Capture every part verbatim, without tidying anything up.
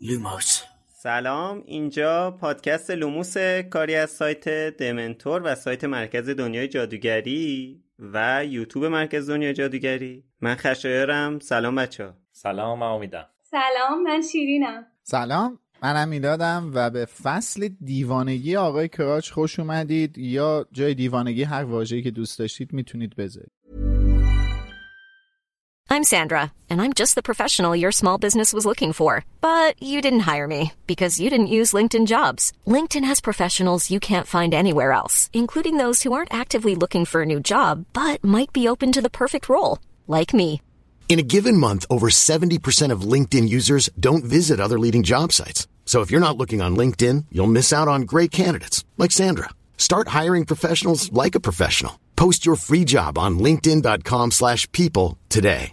لوموس. سلام، اینجا پادکست لوموس، کاری از سایت دمنتور و سایت مرکز دنیای جادوگری و یوتیوب مرکز دنیای جادوگری. من خشایارم. سلام بچه‌ها. سلام، من امیدم. سلام، من شیرینم. سلام، منم میلادم و به فصل دیوانگی آقای کراچ خوش اومدید، یا جای دیوانگی هر واژه‌ای که دوست داشتید میتونید بذارید. I'm Sandra, and I'm just the professional your small business was looking for. But you didn't hire me because you didn't use LinkedIn Jobs. LinkedIn has professionals you can't find anywhere else, including those who aren't actively looking for a new job, but might be open to the perfect role, like me. In a given month, over seventy percent of LinkedIn users don't visit other leading job sites. So if you're not looking on LinkedIn, you'll miss out on great candidates, like Sandra. Start hiring professionals like a professional. Post your free job on linkedin dot com slash people today.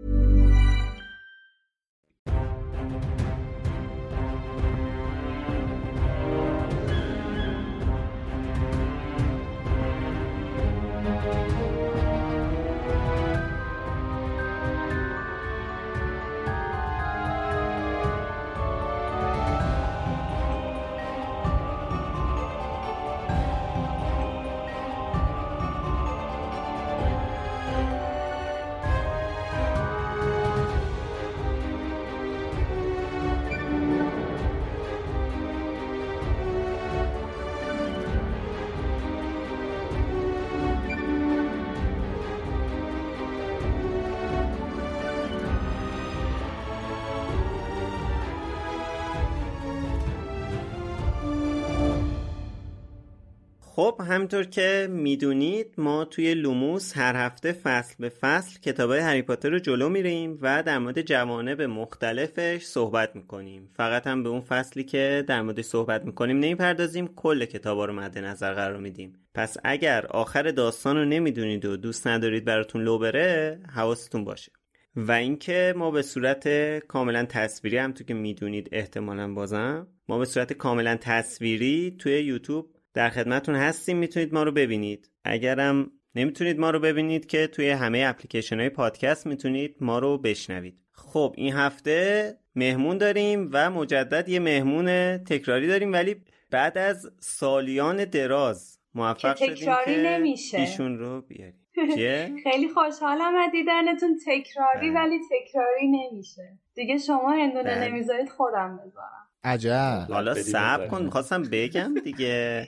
خب همینطور که میدونید ما توی لوموس هر هفته فصل به فصل کتابای هری پاتر رو جلو میریم و در مورد جوانب مختلفش صحبت میکنیم. فقط هم به اون فصلی که در موردش صحبت میکنیم نمیپردازیم، کل کتابا رو مد نظر قرار میدیم. پس اگر آخر داستان رو نمیدونید و دوست ندارید براتون لو بره، حواستون باشه. و اینکه ما به صورت کاملا تصویری، هم تو که میدونید احتمالاً بازم ما به صورت کاملا تصویری توی یوتیوب در خدمتون هستیم، میتونید ما رو ببینید. اگرم نمیتونید ما رو ببینید که توی همه اپلیکیشن های پادکست میتونید ما رو بشنوید. خب این هفته مهمون داریم و مجدد یه مهمون تکراری داریم، ولی بعد از سالیان دراز موفق که شدیم که نمیشه. ایشون رو بیاریم. خیلی خوشحالم از دیدنتون. تکراری ولی تکراری نمیشه دیگه. شما هندونه نمیذارید خودم بذارم. عجب. حالا صبر کن، میخواستم بگم دیگه.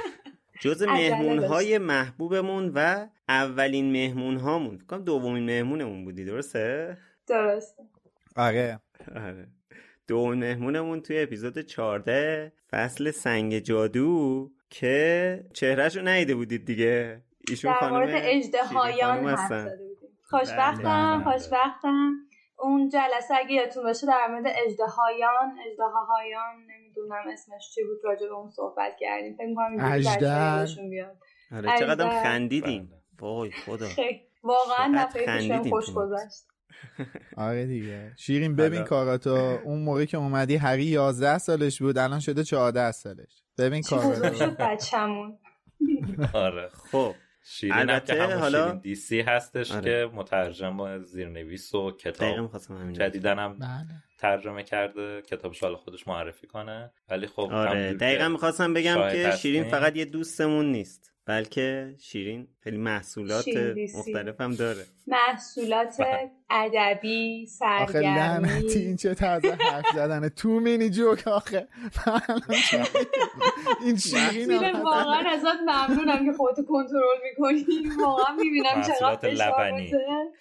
جز مهمونهای محبوبمون و اولین مهمونهامون، فکر کنم دومین مهمونمون بودی، درسته؟ درسته. آره. آره. دومین مهمونمون توی اپیزود چهارده فصل سنگ جادو که چهرهشو ندیده بودید دیگه. ایشون در مورد اژدهایان حرف زده بودیم. خوشبختم خوشبختم اون جلسه اگه یادتون باشه در مورد اژدهایان اژدهاهایان نمیدونم اسمش چی بود، راجع به اون صحبت کردیم. فکر می‌کنم اینجوری بیاد. آره چقدر خندیدیم. وای خدا. واقعا دفعه خوش گذشت. آره دیگه. شیرین ببین کاراتو، اون موقعی که اومدی هری یازده سالش بود، الان شده چهارده سالش. ببین کاراتو. شد بچه‌مون. آره خب شیرین هم که همون حالا... شیرین دی سی هستش. آره. که مترجم و زیرنویس و کتاب جدیدن هم ترجمه کرده، کتابش حالا خودش معرفی کنه. ولی خب آره دقیقا میخواستم بگم که شیرین فقط یه دوستمون نیست، بلکه شیرین خیلی محصولات مختلف هم داره، محصولات ادبی، سرگرمی. آخه لعنتی این چه طرز حرف زدنه تو مینی جوک. آخه این شیرین هم واقعا ازت ممنونم که خودتو کنترل میکنی. واقعا میبینم چقدر لبنی.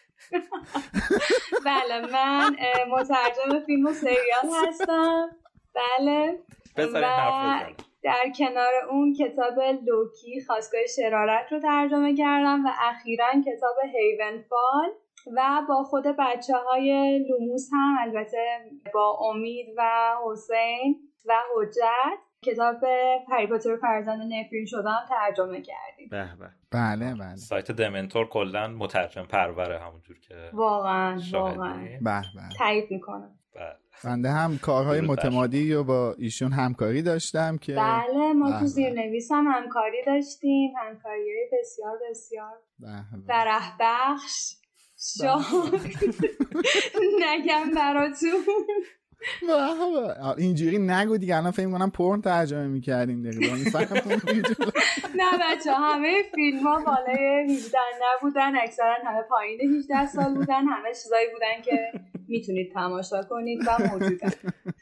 بله من مترجم فیلم و سریال هستم. بله و در کنار اون کتاب لوکی خواستگاه شرارت رو ترجمه کردم و اخیراً کتاب هیون فال و با خود بچه های لوموس هم، البته با امید و حسین و حجت، کتاب هری پاتر فرزند نفرین شدن ترجمه کردیم. به به. بله بله. سایت دمنتور کلا مترجم پروره، همونجور که واقعا واقعا به به تایید میکنم. بنده هم کارهای متمادی رو با ایشون همکاری داشتم که بله ما تو زیرنویس هم همکاری داشتیم، همکاری بسیار بسیار فرح بخش. شاد نگم براتون. اینجوری نگو دیگه، الان فکر کنم پورن ترجمه می‌کردیم دیگه. نه بچه همه فیلم ها بالای هجده نبودن، اکثرا همه پایین هجده سال بودن، همه چیزایی بودن که میتونید تماشا کنید و موجودن.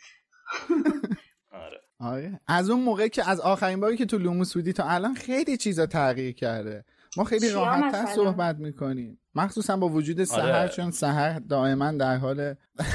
آره آره از اون موقع که از آخرین باری که تو لوموس بودی تا الان خیلی چیزا تغییر کرده. ما خیلی راحت‌تر صحبت میکنیم، مخصوصا با وجود سحر. آره. چون سحر دائما در حال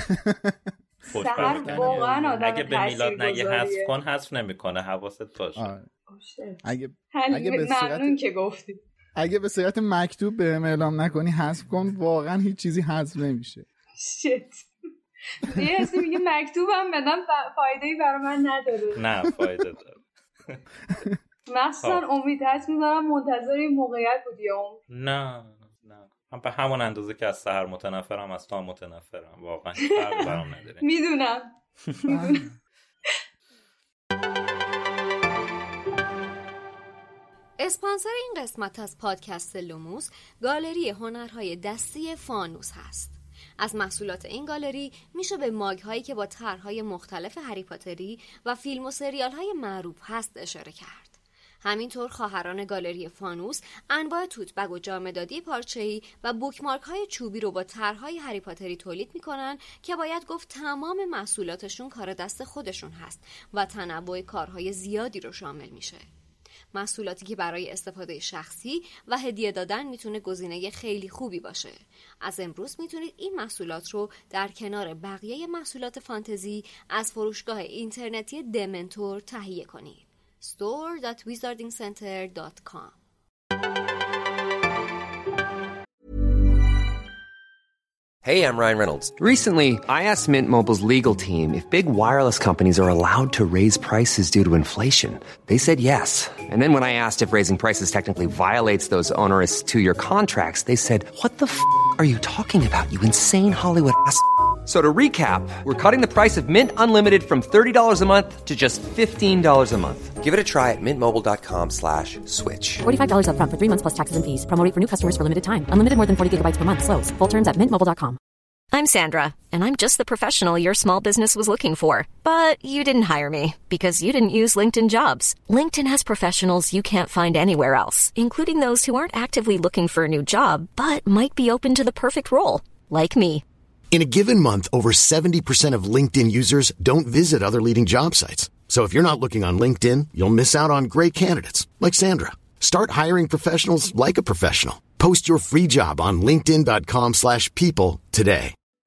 سحر واقعا آدم اگه به میلاد نگه حذف کن حذف نمیکنه، حواست باشه. آره. اگه اگه به صورت که گفتی اگه به صورت مکتوب بهم اعلام نکنی حذف کن، واقعا هیچ چیزی حذف نمیشه. شت یه حسی میگه مکتوبم بدم فایده‌ای برای من نداره. نه فایده داره. مثلا امید هست میذارم منتظر این موقعیت بودی اون. نه نه من به همون اندازه که از سحر متنفرم از تو هم متنفرم، واقعا فرق برام نداره. میدونم میدونم. اسپانسر این قسمت از پادکست لوموس گالری هنرهای دستی فانوس هست. از محصولات این گالری میشه به ماگ هایی که با طرحهای مختلف هری پاتری و فیلم و سریال های معروف هست اشاره کرد. همینطور خواهران گالری فانوس انواع توت بگ و جامدادی پارچه‌ای و بوکمارک های چوبی رو با طرحهای هری پاتری تولید میکنن که باید گفت تمام محصولاتشون کار دست خودشون هست و تنوع کارهای زیادی رو شامل میشه. محصولاتی که برای استفاده شخصی و هدیه دادن میتونه گزینه خیلی خوبی باشه. از امروز میتونید این محصولات رو در کنار بقیه محصولات فانتزی از فروشگاه اینترنتی دمنتور تهیه کنید. store dot wizarding center dot com. Hey, I'm Ryan Reynolds. Recently, I asked Mint Mobile's legal team if big wireless companies are allowed to raise prices due to inflation. They said yes. And then when I asked if raising prices technically violates those onerous two-year contracts, they said, "What the f*** are you talking about, you insane Hollywood ass?" So to recap, we're cutting the price of Mint Unlimited from thirty dollars a month to just fifteen dollars a month. Give it a try at mintmobile.com slash switch. forty-five dollars up front for three months plus taxes and fees. Promo rate for new customers for limited time. Unlimited more than forty gigabytes per month. Slows full terms at mint mobile dot com. I'm Sandra, and I'm just the professional your small business was looking for. But you didn't hire me because you didn't use LinkedIn Jobs. LinkedIn has professionals you can't find anywhere else, including those who aren't actively looking for a new job, but might be open to the perfect role, like me. In a given month, over seventy percent of LinkedIn users don't visit other leading job sites. So if you're not looking on LinkedIn, you'll miss out on great candidates like Sandra. Start hiring professionals like a professional. Post your free job on linkedin dot com slash people today.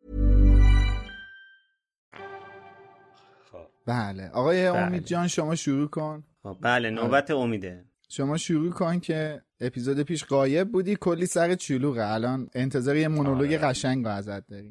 بله آقای بله. امید جان شما شروع کن. بله نوبت امیده. شما شروع کن که اپیزود پیش غایب بودی، کلی سر چلوغه، الان انتظار یه مونولوگ آره. قشنگ رو ازت داریم.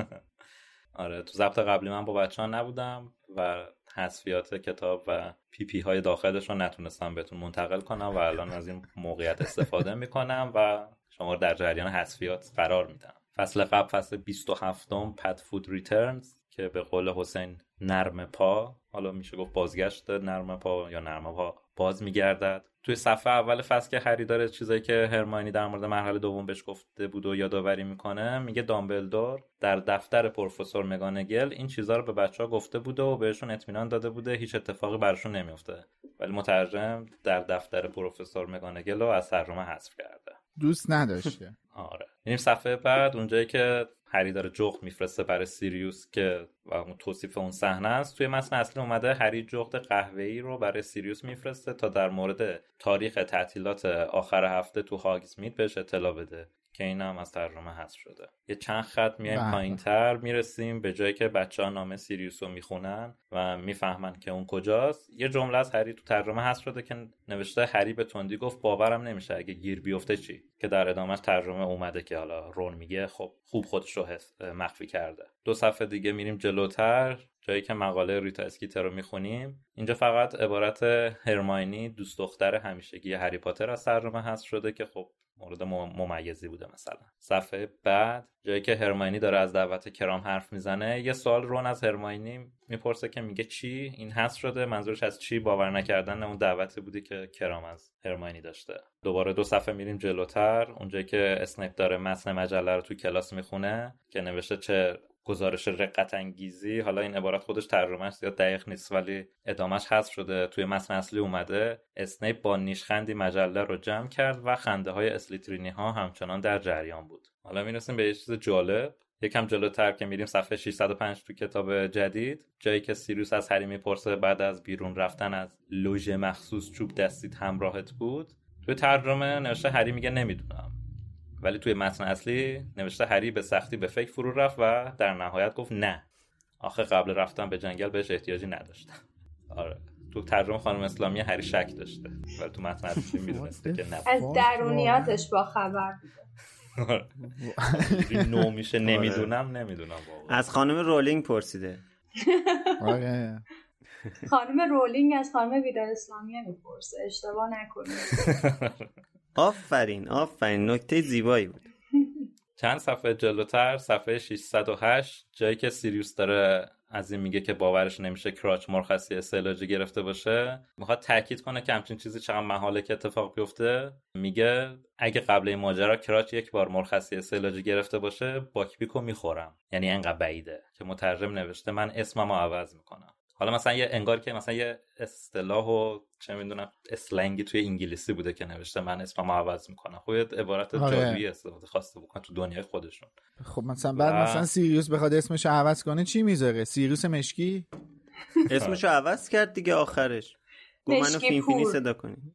آره تو ضبط قبلی من با بچه ها نبودم و حذفیات کتاب و پی پی های داخلش رو نتونستم بهتون منتقل کنم و الان از این موقعیت استفاده میکنم و شما رو در جریان حذفیات قرار میدم. فصل قبل فصل بیست و هفتم پت فود ریترنز که به قول حسین نرم پا، حالا میشه گفت بازگشت نرم پا یا نرم پا باز میگردد. توی صفحه اول فصل که هری داره چیزایی که هرماینی در مورد مرحله دوم بهش گفته بود و یادآوری میکنه، میگه دامبلدور در دفتر پروفسور مگانگل این چیزا رو به بچه‌ها گفته بوده و بهشون اطمینان داده بوده هیچ اتفاقی براشون نمیفته، ولی مترجم در دفتر پروفسور مگانگل رو از ترجمه حذف کرده، دوست نداشته. آره این صفحه بعد اونجایی که هری داره جغد میفرسته برای سیریوس که و اون توصیف اون صحنه است، توی متن اصلی اومده هری جغد قهوه‌ای رو برای سیریوس میفرسته تا در مورد تاریخ تعطیلات آخر هفته تو هاگزمید بهش اطلاع بده که این هم از ترجمه حذف شده. یه چند خط میایم پایین‌تر میرسیم به جایی که بچه‌ها نامه سیریوس رو میخونن و میفهمن که اون کجاست. یه جمله از هری تو ترجمه حذف شده که نوشته هری به تندی گفت باورم نمیشه اگه گیر بیفته چی، که در ادامهش ترجمه اومده که حالا رون میگه خب خوب خودش رو مخفی کرده. دو صفحه دیگه میریم جلوتر جایی که مقاله ریتا اسکیتر رو میخونیم. اینجا فقط عبارت هرماینی دوست دختر همیشگی هری پاتر از ترجمه حذف شده که خب مورد ممیزی بوده. مثلا صفحه بعد جایی که هرماینی داره از دعوت کرام حرف میزنه، یه سوال رون از هرماینی میپرسه که میگه چی؟ این حذف شده، منظورش از چی؟ باور نکردن اون دعوتی بودی که کرام از هرماینی داشته. دوباره دو صفحه میریم جلوتر اونجایی که اسنیپ داره متن مجله رو تو کلاس میخونه که نوشته چه گزارش رقت انگیزی، حالا این عبارت خودش ترجمهش زیاد دقیق نیست ولی ادامهش حذف شده، توی متن اصلی اومده اسنیپ با نیشخندی مجله رو جمع کرد و خنده های اسلیترینی ها همچنان در جریان بود. حالا میرسیم به یه چیز جالب. یکم جلوتر که میریم صفحه ششصد و پنج تو کتاب جدید، جایی که سیریوس از هری میپرسه بعد از بیرون رفتن از لوژ مخصوص چوب دستیت همراهت بود، توی ترجمه نوشته هری میگه نمیدونم، ولی توی متن اصلی نوشته هری به سختی به فکر فرو رفت و در نهایت گفت نه، آخه قبل رفتن به جنگل بهش احتیاجی نداشتم. آره تو ترجمه خانم اسلامی هری شک داشته ولی تو متن اصلی میدونسته که نه، از درونیاتش با خبر نو میشه نمیدونم نمیدونم بابا. از خانم رولینگ پرسیده. آره خانم رولینگ از خانم ویدا اسلامی میپرسه، اشتباه نکنید. آفرین آفرین، نکته زیبایی بود. چند صفحه جلوتر صفحه ششصد و هشت جایی که سیریوس داره از این میگه که باورش نمیشه کراچ مرخصی استعلاجی گرفته باشه، میخواد تاکید کنه که همچین چیزی چقدر محاله که اتفاق بیفته. میگه اگه قبل این ماجرا کراچ یک بار مرخصی استعلاجی گرفته باشه باکبیکو میخورم، یعنی انقدر بعیده که مترجم نوشته من اسممو عوض میکنم. حالا مثلا یه انگار که مثلا یه اصطلاح و چه میدونم اسلنگی توی انگلیسی بوده که نوشته من اسممو عوض میکنم. خب یه عبارت جادویی استفاده خواسته بکنه تو دنیای خودشون. خب مثلا بعد و... مثلا سیریوس بخواد اسمشو عوض کنه چی میذاره؟ سیریوس مشکی اسمشو عوض کرد دیگه آخرش. گفت منو فینفینی صدا کنی.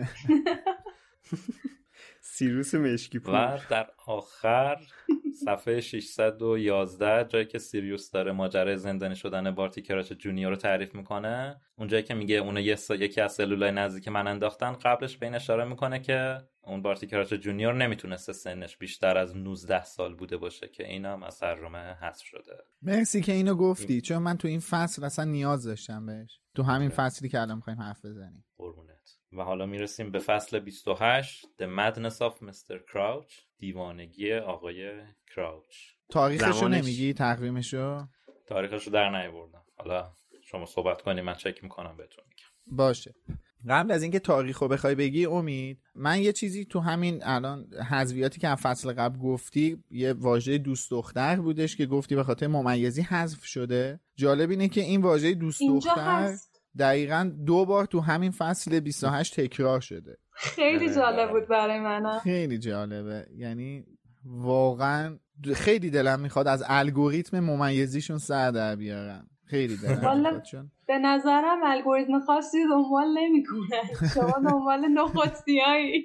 سیریوس مشکی پور. و در آخر صفحه ششصد و یازده جایی که سیریوس داره ماجرای زندانی شدن بارتی کراچ جونیور رو تعریف میکنه، اونجایی که میگه اونو یه س... یکی از سلولای نزدیک من انداختن، قبلش به این اشاره میکنه که اون بارتی کراچ جونیور نمیتونسته سنش بیشتر از نوزده سال بوده باشه که اینا هم از ترجمه حذف شده. مرسی که اینو گفتی این... چون من تو این فصل اصلا نیاز داشتم بهش، تو همین فصلی که الان میخوایم حرف بزنیم. قربونت. و حالا میرسیم به فصل بیست و هشت The Madness of میستر Crouch، دیوانگی آقای کراوچ. تاریخشو زمانش... نمیگی؟ تقویمشو؟ تاریخشو در نیاوردم، حالا شما صحبت کنی من چک میکنم بهتون میگم. باشه. قبل از اینکه تاریخو بخوای بگی امید، من یه چیزی تو همین الان حذفیاتی که از فصل قبل گفتی، یه واژه دوست دختر بودش که گفتی به خاطر ممیزی حذف شده. جالب اینه که این واژه دوست دختر هست. دقیقاً دو بار تو همین فصل بیست و هشت تکرار شده. خیلی جالب بود برای من. خیلی جالبه، یعنی واقعا خیلی دلم میخواد از الگوریتم ممیزیشون سر در بیارم. خیلی دلم میخواد، چون به نظرم الگوریتم خاصی دنبال نمیکنه. شما دنبال نخستیایی.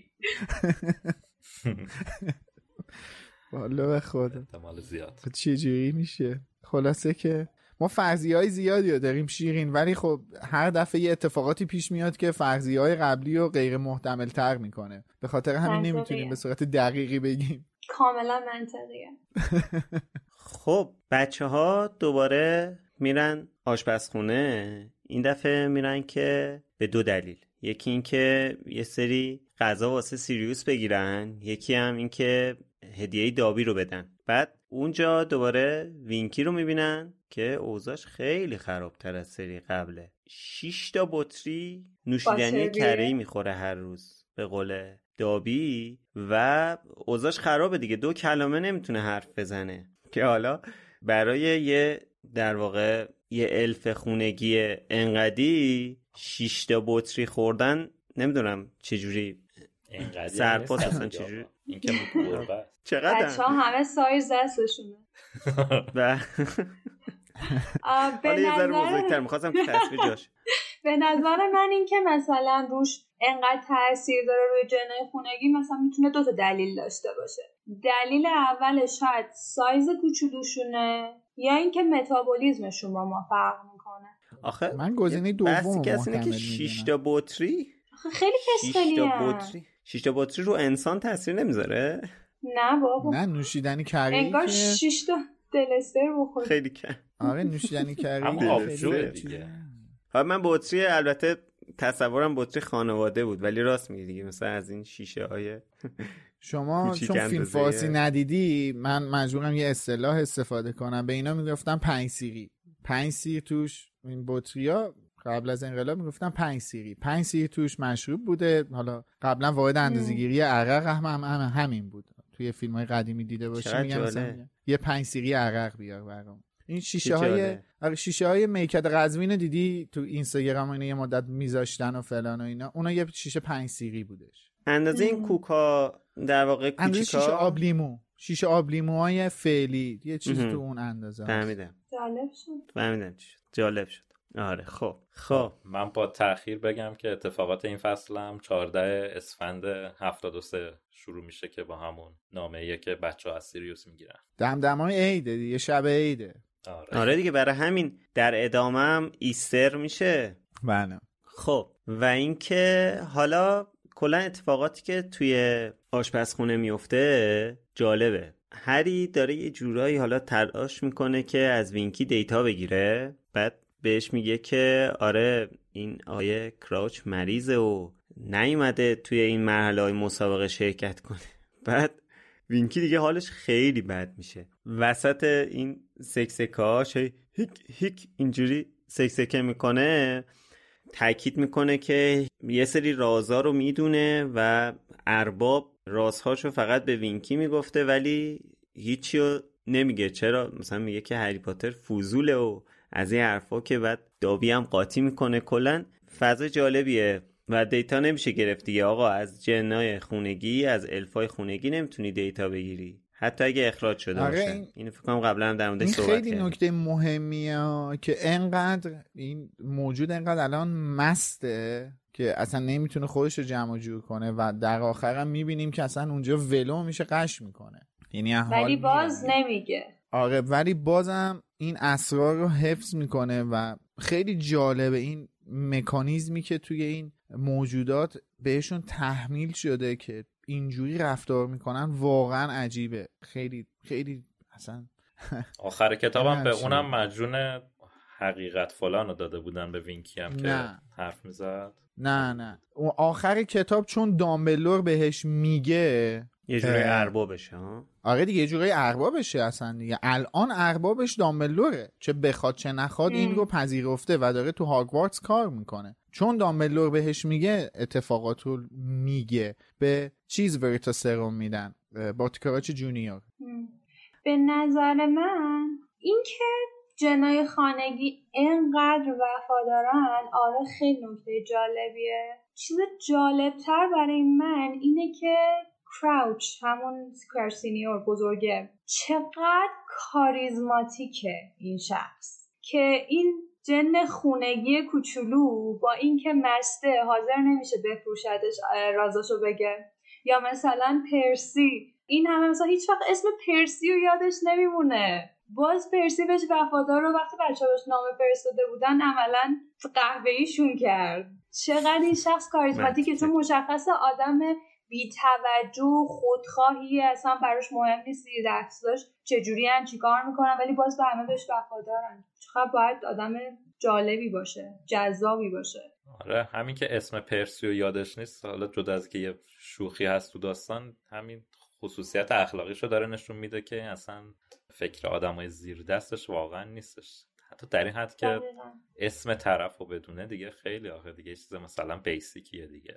والا به خدا احتمال زیاد. چه جوری میشه؟ خلاصه که ما فرضیه‌های زیادی داریم شیرین، ولی خب هر دفعه یه اتفاقاتی پیش میاد که فرضیه‌های قبلی رو غیر محتمل تر میکنه. به خاطر همین نمیتونیم به صورت دقیقی بگیم. کاملا منطقیه. خب بچه ها دوباره میرن آشپزخونه. این دفعه میرن که به دو دلیل. یکی این که یه سری غذا واسه سیریوس بگیرن، یکی هم این که هدیه دابی رو بدن. بعد اونجا دوباره وینکی رو میبینن که اوضاعش خیلی خرابتر از سری قبله. شش تا بطری نوشیدنی کره‌ای میخوره هر روز به قول دابی و اوضاعش خرابه دیگه، دو کلمه نمیتونه حرف بزنه. که حالا برای یه در واقع یه الف خونگی انقدی شش تا بطری خوردن نمیدونم چجوری سرپاس اصلا چجوری این که مطلوبه. چقدر بچه ها همه سایز دستشونه. حالا یه ذره بزرگتر میخواستم که تصویر جاش. به نظر من این که مثلا روش انقدر تأثیر داره روی جنای خونگی، مثلا میتونه دو تا دلیل داشته باشه. دلیل اول شاید سایز کوچولوشونه، یا اینکه متابولیسمشون با ما فرق میکنه. آخه من گزینه دوم محتمل که شش تا بطری خیلی کسکلیه. شش تا بطری رو انسان تاثیر نمیذاره؟ نه بابا، نه نوشیدنی کردی انگار شش تا دلستر بخوره. خیلی کم. آره نوشیدنی کردی اما آبجوه دیگه. حالا من بطری البته تصورم بطری خانواده بود، ولی راست میگی دیگه، مثلا از این شیشه های شما چون فیلم فارسی ندیدی من مجبورم یه اصطلاح استفاده کنم. به اینا میگفتن پنج سیری. پنج سیر توش، این بطریا قبل از انقلاب میگفتن پنج سیری. پنج سیر توش مشروب بوده. حالا قبلا واحد اندازه‌گیری عرق هم, هم, هم همین بود توی فیلم‌های قدیمی دیده باشی میگن مثلا یه پنج سیری عرق بیار برام. این شیشه های آره شیشه های میکد قزوین دیدی تو اینستاگرام اینا یه مدت میذاشتن و فلان و اینا، اونا یه شیشه پنج سیری بودش. اندازه این کوکا در واقع کوچیکا، اندازه شیشه آب لیمو، شیشه آب لیموهای فعلی، یه چیزی تو اون اندازه. فهمیدم. جالب شد. فهمیدم چی شد. جالب شد. آره خب خب من با تأخیر بگم که اتفاقات این فصلم چهاردهم اسفند هفتاد و سه شروع میشه که با همون نامه‌ایه که بچه‌ها از سیریوس میگیرن. دمدمای عیده دیگه، شب عیده. آره. آره دیگه، برای همین در ادامه هم ایستر میشه. بله. خب و اینکه حالا کلا اتفاقاتی که توی آشپزخونه میفته جالبه. هری داره یه جورایی حالا تلاش میکنه که از وینکی دیتا بگیره، بعد بهش میگه که آره این آیه کراوچ مریضه و نیومده توی این مرحله های مسابقه شرکت کنه. بعد وینکی دیگه حالش خیلی بد میشه، وسط این سکسکاش هیک هیک اینجوری سکسکه میکنه، تاکید میکنه که یه سری رازا رو میدونه و ارباب رازهاشو فقط به وینکی میگفته ولی هیچی رو نمیگه. چرا؟ مثلا میگه که هری پاتر فضوله و از این حرفا که بعد دابی هم قاطی میکنه. کلن فضا جالبیه و دیتا نمیشه گرفت دیگه. آقا از جنای خونگی، از الفای خونگی نمیتونی دیتا بگیری حتی اگه اخراج شده آره باشه. این... اینو فکر کنم قبلا هم در موردش صحبت کردیم. خیلی نکته مهمیه که انقدر این موجود انقدر الان مسته که اصلا نمیتونه خودش رو جمع جور کنه و در آخر هم میبینیم که اصلا اونجا ولو میشه قش میکنه، یعنی ولی باز نمیگه. آره ولی بازم این اسرار رو حفظ میکنه و خیلی جالبه این مکانیزمی که توی این موجودات بهشون تحمیل شده که اینجوری رفتار میکنن، واقعا عجیبه. خیلی خیلی اصلا آخر کتابم به اونم مجنون حقیقت فلان رو داده بودن به وینکی هم که حرف میزد. نه نه اون آخر کتاب چون دامبلور بهش میگه یه جوری اربابشه ها. آره دیگه یه جوری اربابشه اصلا دیگه. الان اربابش دامبلوره، چه بخواد چه نخواد این رو پذیرفته و داره تو هاگوارتس کار میکنه. چون دامبلور بهش میگه اتفاقات رو میگه، به چیز ورتاسرون میدن، بارتی جونیور. به نظر من این که جنای خانگی اینقدر وفادارن آره خیلی نکته جالبیه. چیز جالبتر برای من اینه که کراوچ همون سکوئر سینیور بزرگه چقدر کاریزماتیکه این شخص که این جن خونگی کوچولو با اینکه مسته حاضر نمیشه بفروشدش رازاشو بگه. یا مثلا پرسی، این همه مثلا هیچ وقت اسم پرسی رو یادش نمیمونه، باز پرسی بهش وفادار رو وقتی بچه‌ها بهش نامه فرستاده بودن عملاً قهوه‌ایشون کرد. چقدر این شخص کاریزماتیکه، چون مشخصه آدم بی توجه خودخواهی، اصلا براش مهم نیست دستاش چجوری ان چیکار میکنن ولی باز به همه بهش وفادارن. چقدر باید آدم جالبی باشه، جذابی باشه. آره همین که اسم پرسیو یادش نیست، حالا جدا از که یه شوخی هست تو داستان، همین خصوصیت اخلاقیشو داره نشون میده که اصلا فکر آدمای زیر دستش واقعا نیستش. حتی در این حد که اسم طرفو بدونه دیگه خیلی آخه دیگه چیز مثلا بیسیکیه دیگه.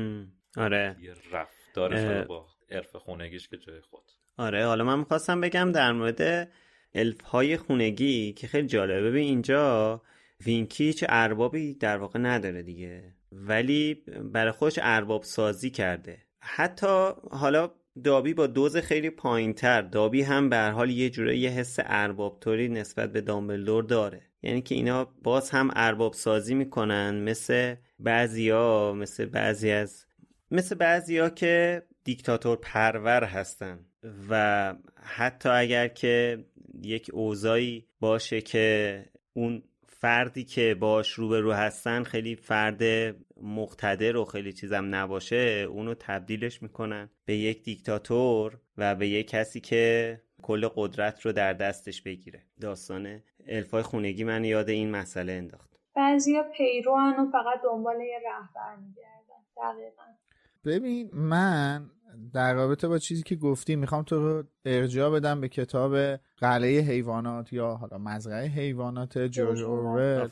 آره یه رفتارش با عرف خونگیش که جای خود. آره حالا من میخواستم بگم در مورد الفهای خونگی که خیلی جالبه. ببین اینجا وینکی چه اربابی در واقع نداره دیگه، ولی برای خودش ارباب سازی کرده. حتی حالا دابی با دوز خیلی پایین‌تر، دابی هم به هر حال یه جوره یه حس ارباب طوری نسبت به دامبلدور داره، یعنی که اینا باز هم ارباب سازی میکنن، مثل بعضیا مثل بعضی از مثل بعضیا که دیکتاتور پرور هستن و حتی اگر که یک اوضاعی باشه که اون فردی که باش روبرو هستن خیلی فرد مقتدر و خیلی چیزم نباشه، اونو تبدیلش میکنن به یک دیکتاتور و به یک کسی که کل قدرت رو در دستش بگیره. داستان الفای خونگی من یاد این مسئله انداخت. بعضیا پیروان و فقط دنبال یه رهبر میگردن. دقیقاً. ببین من در رابطه با چیزی که گفتی میخوام تو رو ارجاع بدم به کتاب قلعه حیوانات یا حالا مزرعه حیوانات جورج اورول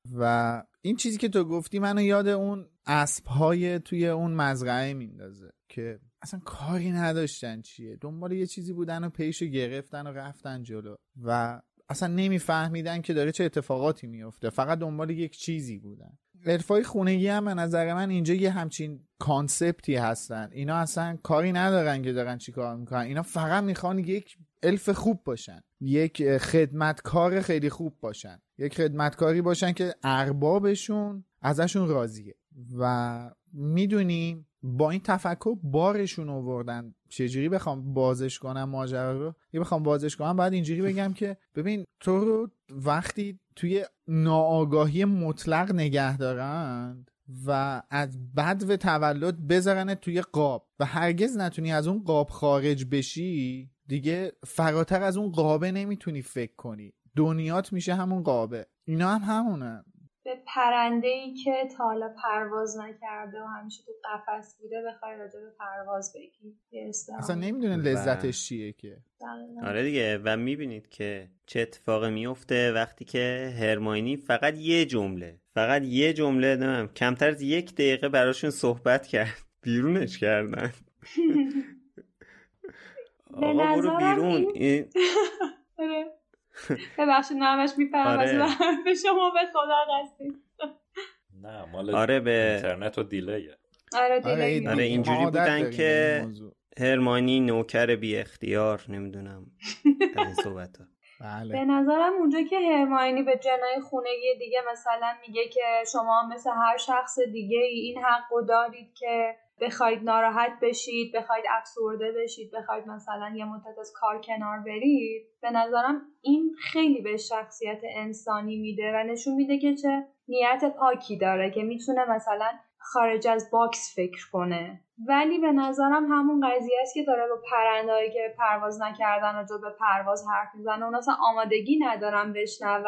و این چیزی که تو گفتی منو یاد اون اسب‌های توی اون مزرعه میندازه که اصلا کاری نداشتن چیه، دنبال یه چیزی بودن و پیشو گرفتن و رفتن جلو و اصلا نمیفهمیدن که داره چه اتفاقاتی میفته، فقط دنبال یک چیزی بودن. الفای خونگی هم به نظر من اینجا یه همچین کانسپتی هستن، اینا اصلا کاری ندارن که دارن چی کار میکنن، اینا فقط میخوان یک الف خوب باشن، یک خدمتکار خیلی خوب باشن، یک خدمتکاری باشن که اربابشون ازشون راضیه. و میدونیم با این تفکر بارشون آوردن. چجوری بخوام بازش کنم ماجرا رو؟ یه بخوام بازش کنم بعد اینجوری بگم که ببین تو رو وقتی توی ناآگاهی مطلق نگه دارند و از بدو تولد بذارنت توی قاب و هرگز نتونی از اون قاب خارج بشی، دیگه فراتر از اون قابه نمیتونی فکر کنی، دنیات میشه همون قابه. اینا هم همونه. به پرنده‌ای که تا حالا پرواز نکرده و همیشه تو قفس بوده بخوای راجع به پرواز بگی، اصلا نمیدونه لذتش چیه که. آره دیگه. و میبینید که چه اتفاقی میفته وقتی که هرماینی فقط یه جمله فقط یه جمله نمیم کمتر از یک دقیقه براشون صحبت کرد، بیرونش کردن. آقا برو بیرون. این ببخشید نامش میپرم از به شما به خدا قصدی. نه مال آره به اینترنت و دیلیه. آره دیلی. آره اینجوری بودن که هرمانی نوکر بی اختیار، نمیدونم از این صحبت ها. بله. به نظرم اونجا که هرماینی به جنای خونگی دیگه مثلا میگه که شما مثل هر شخص دیگه ای این حقو دارید که بخواید ناراحت بشید، بخواید افسرده بشید، بخواید مثلا یه مدت از کار کنار برید، به نظرم این خیلی به شخصیت انسانی میده و نشون میده که چه نیت پاکی داره که میتونه مثلا خارج از باکس فکر کنه. ولی به نظرم همون قضیه است که داره با پرنده‌ای که پرواز نکردن و جو به پرواز حرف میزنه، اون اصلا آمادگی ندارن بشنون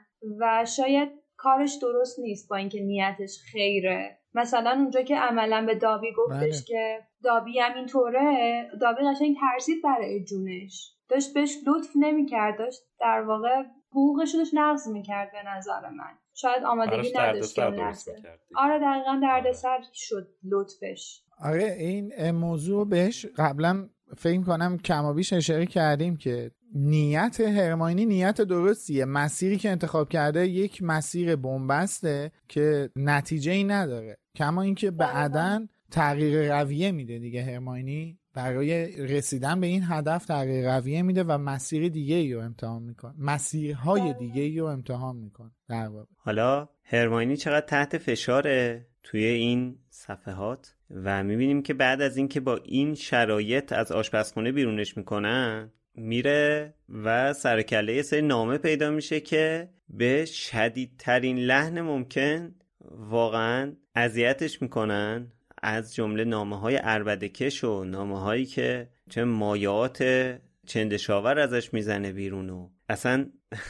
و شاید کارش درست نیست با اینکه نیتش خیره. مثلا اونجا که عملا به دابی گفتش بله. که دابی هم اینطوره، دابی قشنگ ترسید برای جونش، داشت بهش لطف نمی‌کرد، داشت در واقع حقوقش رو داشت نقض می‌کرد. به نظر من شاید آمادگی نداشت که نرسه. آره دقیقاً دردسر شد لطفش. آره این موضوع بهش قبلا فکر کنم کمابیش اشاره کردیم که نیت هرماینی نیت درستیه، مسیری که انتخاب کرده یک مسیر بنبسته که نتیجه ای نداره، کما اینکه بعداً تغییر رویه میده دیگه. هرماینی برای رسیدن به این هدف تغییر رویه میده و مسیر دیگه ای رو امتحان میکنه، مسیرهای دیگه ای رو امتحان میکنه در واقع. حالا هرماینی چقدر تحت فشاره توی این صفحات و میبینیم که بعد از اینکه با این شرایط از آشپزخونه بیرونش میکنن، میره و سرکله یه سری نامه پیدا میشه که به شدیدترین لحن ممکن واقعا اذیتش میکنن، از جمله نامه‌های عربده‌کش و نامه‌هایی که چه مایعات چندشاور ازش میزنه بیرون و اصلا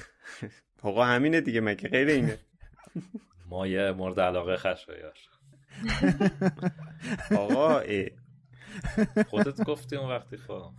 آقا همینه دیگه، مگه غیر اینه؟ مایه مورد علاقه خشایار. آقا ای. خودت گفتی اون وقتی خواهم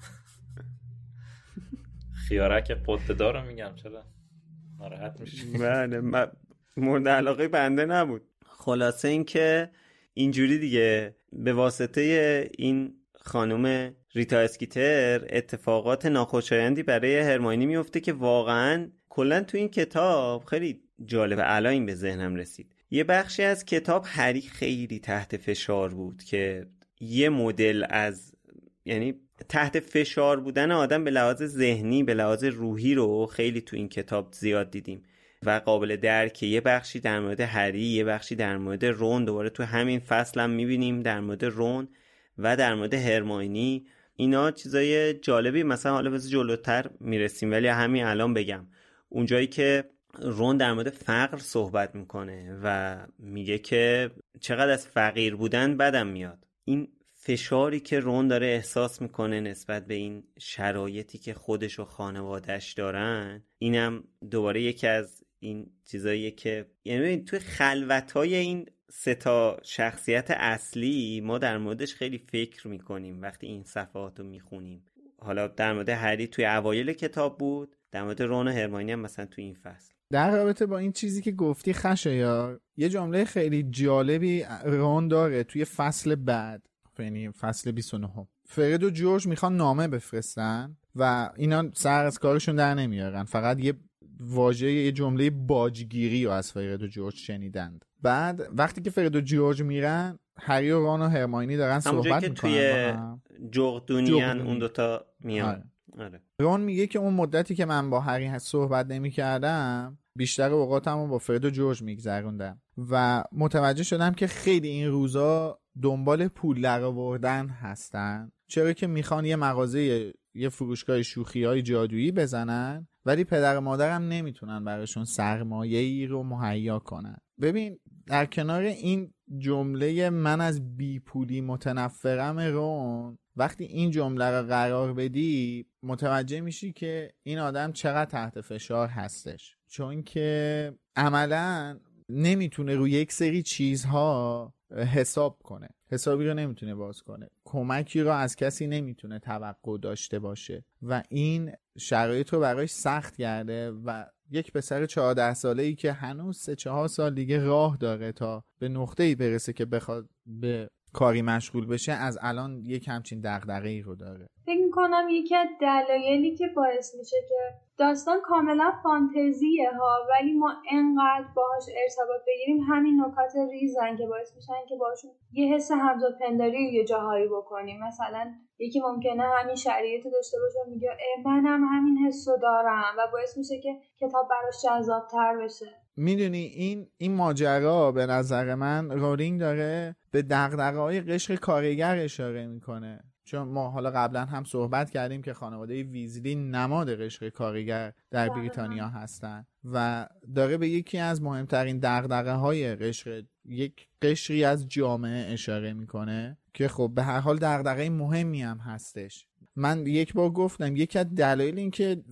خیارک قطه رو میگم چرا ناراحت میشی؟ بله مورد علاقه بنده نبود. خلاصه این که اینجوری دیگه به واسطه این خانم ریتا اسکیتر اتفاقات ناخوشایندی برای هرماینی میفته که واقعا کلا تو این کتاب خیلی جالبه. الان این به ذهنم رسید، یه بخشی از کتاب هری خیلی تحت فشار بود که یه مدل از یعنی تحت فشار بودن آدم به لحاظ ذهنی به لحاظ روحی رو خیلی تو این کتاب زیاد دیدیم و قابل درکه. یه بخشی در مورد هری، یه بخشی در مورد رون، دوباره تو همین فصل هم میبینیم در مورد رون و در مورد هرماینی. اینا چیزای جالبی، مثلا حالا بذار جلوتر میرسیم ولی همین الان بگم اونجایی که رون در مورد فقر صحبت میکنه و میگه که چقدر از فقیر بودن بدم میاد. این فشاری که رون داره احساس میکنه نسبت به این شرایطی که خودش و خانوادهش دارن، اینم دوباره یکی از این چیزاییه که یعنی توی خلوت‌های این سه تا شخصیت اصلی ما در موردش خیلی فکر میکنیم وقتی این صفحات رو میخونیم. حالا در مورد هری توی اوایل کتاب بود، در مورد رون و هرماینی هم مثلا توی این فصل. در رابطه با این چیزی که گفتی خشایار، یه جمله خیلی جالبی رون داره توی فصل بعد، یعنی فصل بیست و نه. فرد و جورج میخوان نامه بفرستن و اینا سر از کارشون در نمیارن، فقط یه واژه یه جمله باجگیری رو از فرد و جورج شنیدند. بعد وقتی که فرد و جورج میرن، هری و رون و هرماینی دارن صحبت میکنن توی جغدونیان اون دوتا میان. آره. آره. رون میگه که اون مدتی که من با هری صحبت نمیکردم بیشتر اوقاتمو با فرد و جورج میگذروندم و متوجه شدم که خیلی این روزا دنبال پول درآوردن هستن، چرا که میخوان یه مغازه یه فروشگاه شوخی‌های جادویی بزنن ولی پدر و مادرم نمیتونن براشون سرمایه‌ای رو مهیا کنن. ببین در کنار این جمله من از بیپولی متنفرم رون، وقتی این جمله رو قرار بدی متوجه میشی که این آدم چقدر تحت فشار هستش، چون که عملاً نمیتونه روی یک سری چیزها حساب کنه، حسابی رو نمیتونه باز کنه، کمکی رو از کسی نمیتونه توقع داشته باشه و این شرایط رو براش سخت کرده و یک پسر چهارده ساله‌ای که هنوز سه چهار سال دیگه راه داره تا به نقطه‌ای برسه که بخواد به کاری مشغول بشه، از الان یک همچین دغدغه‌ای رو داره. فکر می‌کنم یکی از دلایلی که باعث میشه که داستان کاملا فانتزیه ها ولی ما انقدر باهاش ارتباط بگیریم، همین نکات ریزن که باعث میشن که باشون یه حس همزادپنداری یه جاهایی بکنیم. مثلا یکی ممکنه همین شرایط داشته باشه و میگه منم همین حسو دارم و باعث میشه که کتاب براش جذاب‌تر بشه. میدونی این این ماجرا به نظر من رولینگ داره به دغدغه‌های قشر کارگر اشاره میکنه، چون ما حالا قبلا هم صحبت کردیم که خانواده ویزلی نماد قشر کارگر در بریتانیا هستن و داره به یکی از مهمترین دغدغه‌های قشر یک قشری از جامعه اشاره میکنه که خب به هر حال دغدغه مهمی هم هستش. من یک بار گفتم یکی از دلایل این که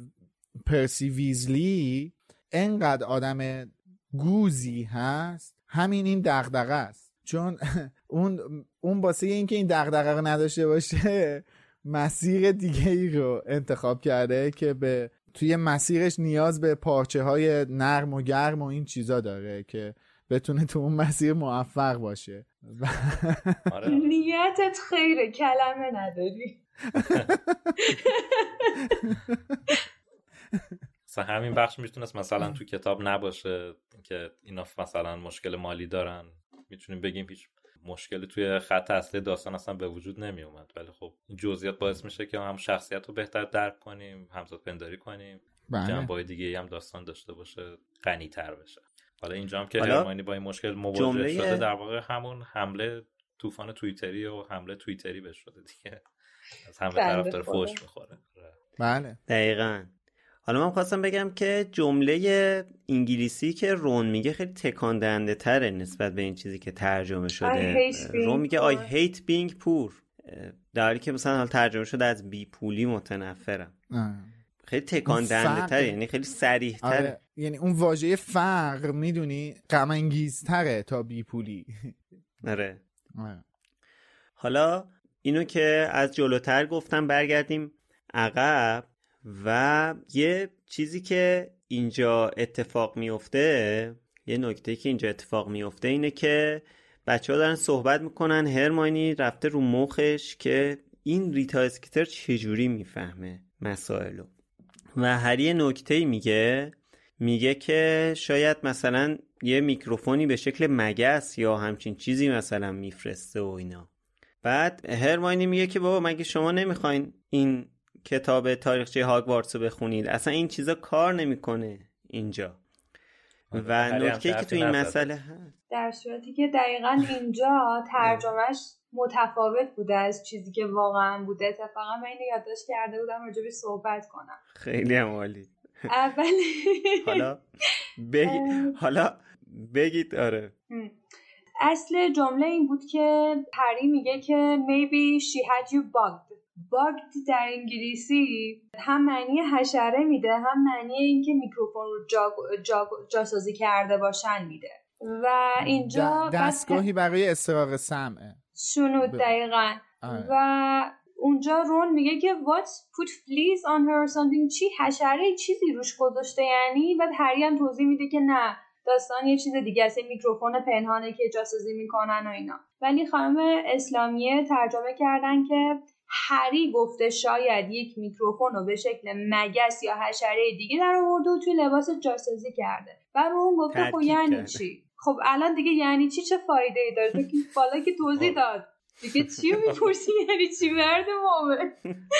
پرسی ویزلی انقدر آدم گوزی هست همین این دغدغه است، چون اون اون واسه اینکه این دغدغه رو نداشته باشه مسیر دیگه ای رو انتخاب کرده که به توی مسیرش نیاز به پارچه های نرم و گرم و این چیزا داره که بتونه تو اون مسیر موفق باشه. نیتت خیره، کلمه نداری. مثلا همین بخش میتونست مثلا تو کتاب نباشه که اینا مثلا مشکل مالی دارن، میتونیم بگیم هیچ مشکلی توی خط اصلی داستان اصلا به وجود نمی اومد، ولی خب این جزئیات باعث میشه که هم شخصیت رو بهتر درک کنیم، همزاد پنداری کنیم، جنبه‌های دیگه هم داستان داشته باشه، غنی تر بشه. حالا اینجا هم که هرماینی با این مشکل مواجه جمله... شده، در واقع همون حمله طوفان توییتری و حمله توییتری بهش شده دیگه، از همه طرف داره فوش میخوره. بله دقیقاً. حالا من خواستم بگم که جمله انگلیسی که رون میگه خیلی تکان دهنده تره نسبت به این چیزی که ترجمه شده. رون میگه I hate being poor، در حالی که مثلا حال ترجمه شده از بی پولی متنفرم. آه. خیلی تکان دهنده تره، یعنی خیلی صریح تره. آره. یعنی اون واژه فقر میدونی غم انگیز تره تا بی پولی. آره. آه. حالا اینو که از جلوتر گفتم برگردیم عقب و یه چیزی که اینجا اتفاق میفته، یه نکته که اینجا اتفاق میفته اینه که بچه ها دارن صحبت میکنن، هرماینی رفته رو مخش که این ریتا اسکیتر چجوری میفهمه مسائلو و هری نکته میگه میگه که شاید مثلا یه میکروفونی به شکل مگس یا همچین چیزی مثلا میفرسته و اینا. بعد هرماینی میگه که بابا مگه شما نمیخواین این کتاب تاریخچه هاگوارتس رو بخونید، اصلا این چیزا کار نمیکنه اینجا. و نکته که تو این مسئله هست در صورتی که دقیقاً اینجا ترجمهش متفاوت بوده از چیزی که واقعا بوده. اتفاقا من اینو یادداشت کرده بودم راجع به صحبت کنم. خیلی هم عالی. اول حالا بگی حالا بگید. آره اصل جمله این بود که هری میگه که maybe she had you bugged. bugged در انگلیسی هم معنی حشره میده، هم معنی این که میکروفون رو جا جا جاسازی کرده باشن میده. و اینجا دستگاهی برای استراق سمعه شنود دقیقاً. و اونجا رون میگه که what put fleas on her or something، چی حشره چیزی روش گذاشته یعنی. بعد هری هم توضیح میده که نه داستان یه چیز دیگه است، میکروفون پنهانه که جاسوسی میکنن و اینا. ولی خانم اسلامیه ترجمه کردن که هری گفته شاید یک میکروفون رو به شکل مگس یا حشره دیگه در آورده و توی لباس جاسوسی کرده و رو اون گفته خب یعنی چی؟ خب الان دیگه یعنی چی چه فایده ای داره؟ تو که بالا که توضیح داد دیگه چی رو میپرسی یعنی چی مرد مومن؟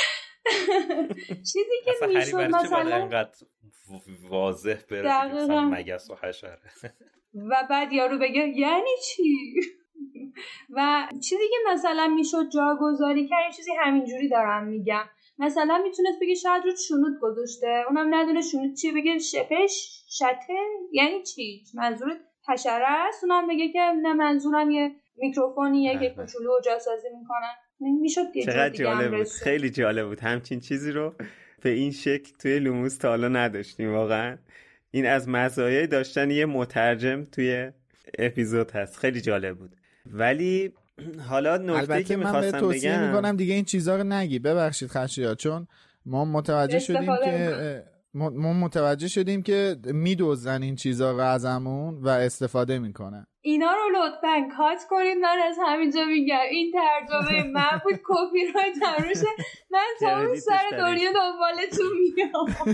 چیزی که میشد مثلا اینقدر واضح بره مثلا مگس و حشره و بعد یارو بگه یعنی چی؟ و چیزی که مثلا میشد جاگذاری کرد، چیزی همینجوری دارم میگم، مثلا میتونست بگه شاید رو شنود گذاشته، اونم ندونه شنود چیه، بگه شپش شته یعنی چی؟ منظورت حشره است؟ اونم بگه که نه منظورم یه میکروفونیه که کوچولو و جاسازی میکنن. میشد یه چقدر جالب بود، خیلی جالب بود. همچین چیزی رو به این شکل توی لوموس تا حالا نداشتیم واقعا. این از مزایای داشتن یه مترجم توی اپیزود هست، خیلی جالب بود. ولی حالا نکته که می‌خواستم بگم، توصیه می‌کنم دیگه این چیزا رو نگی. ببخشید خشیا، چون ما متوجه شدیم که ما متوجه شدیم که میدوزن این چیزا رو ازمون و استفاده میکنن. اینا رو لطفاً کات کنید. من از همینجا میگم این ترجمه من بود، کپی رایت روشه. من تا اون سر دنیا دنبالتون میام.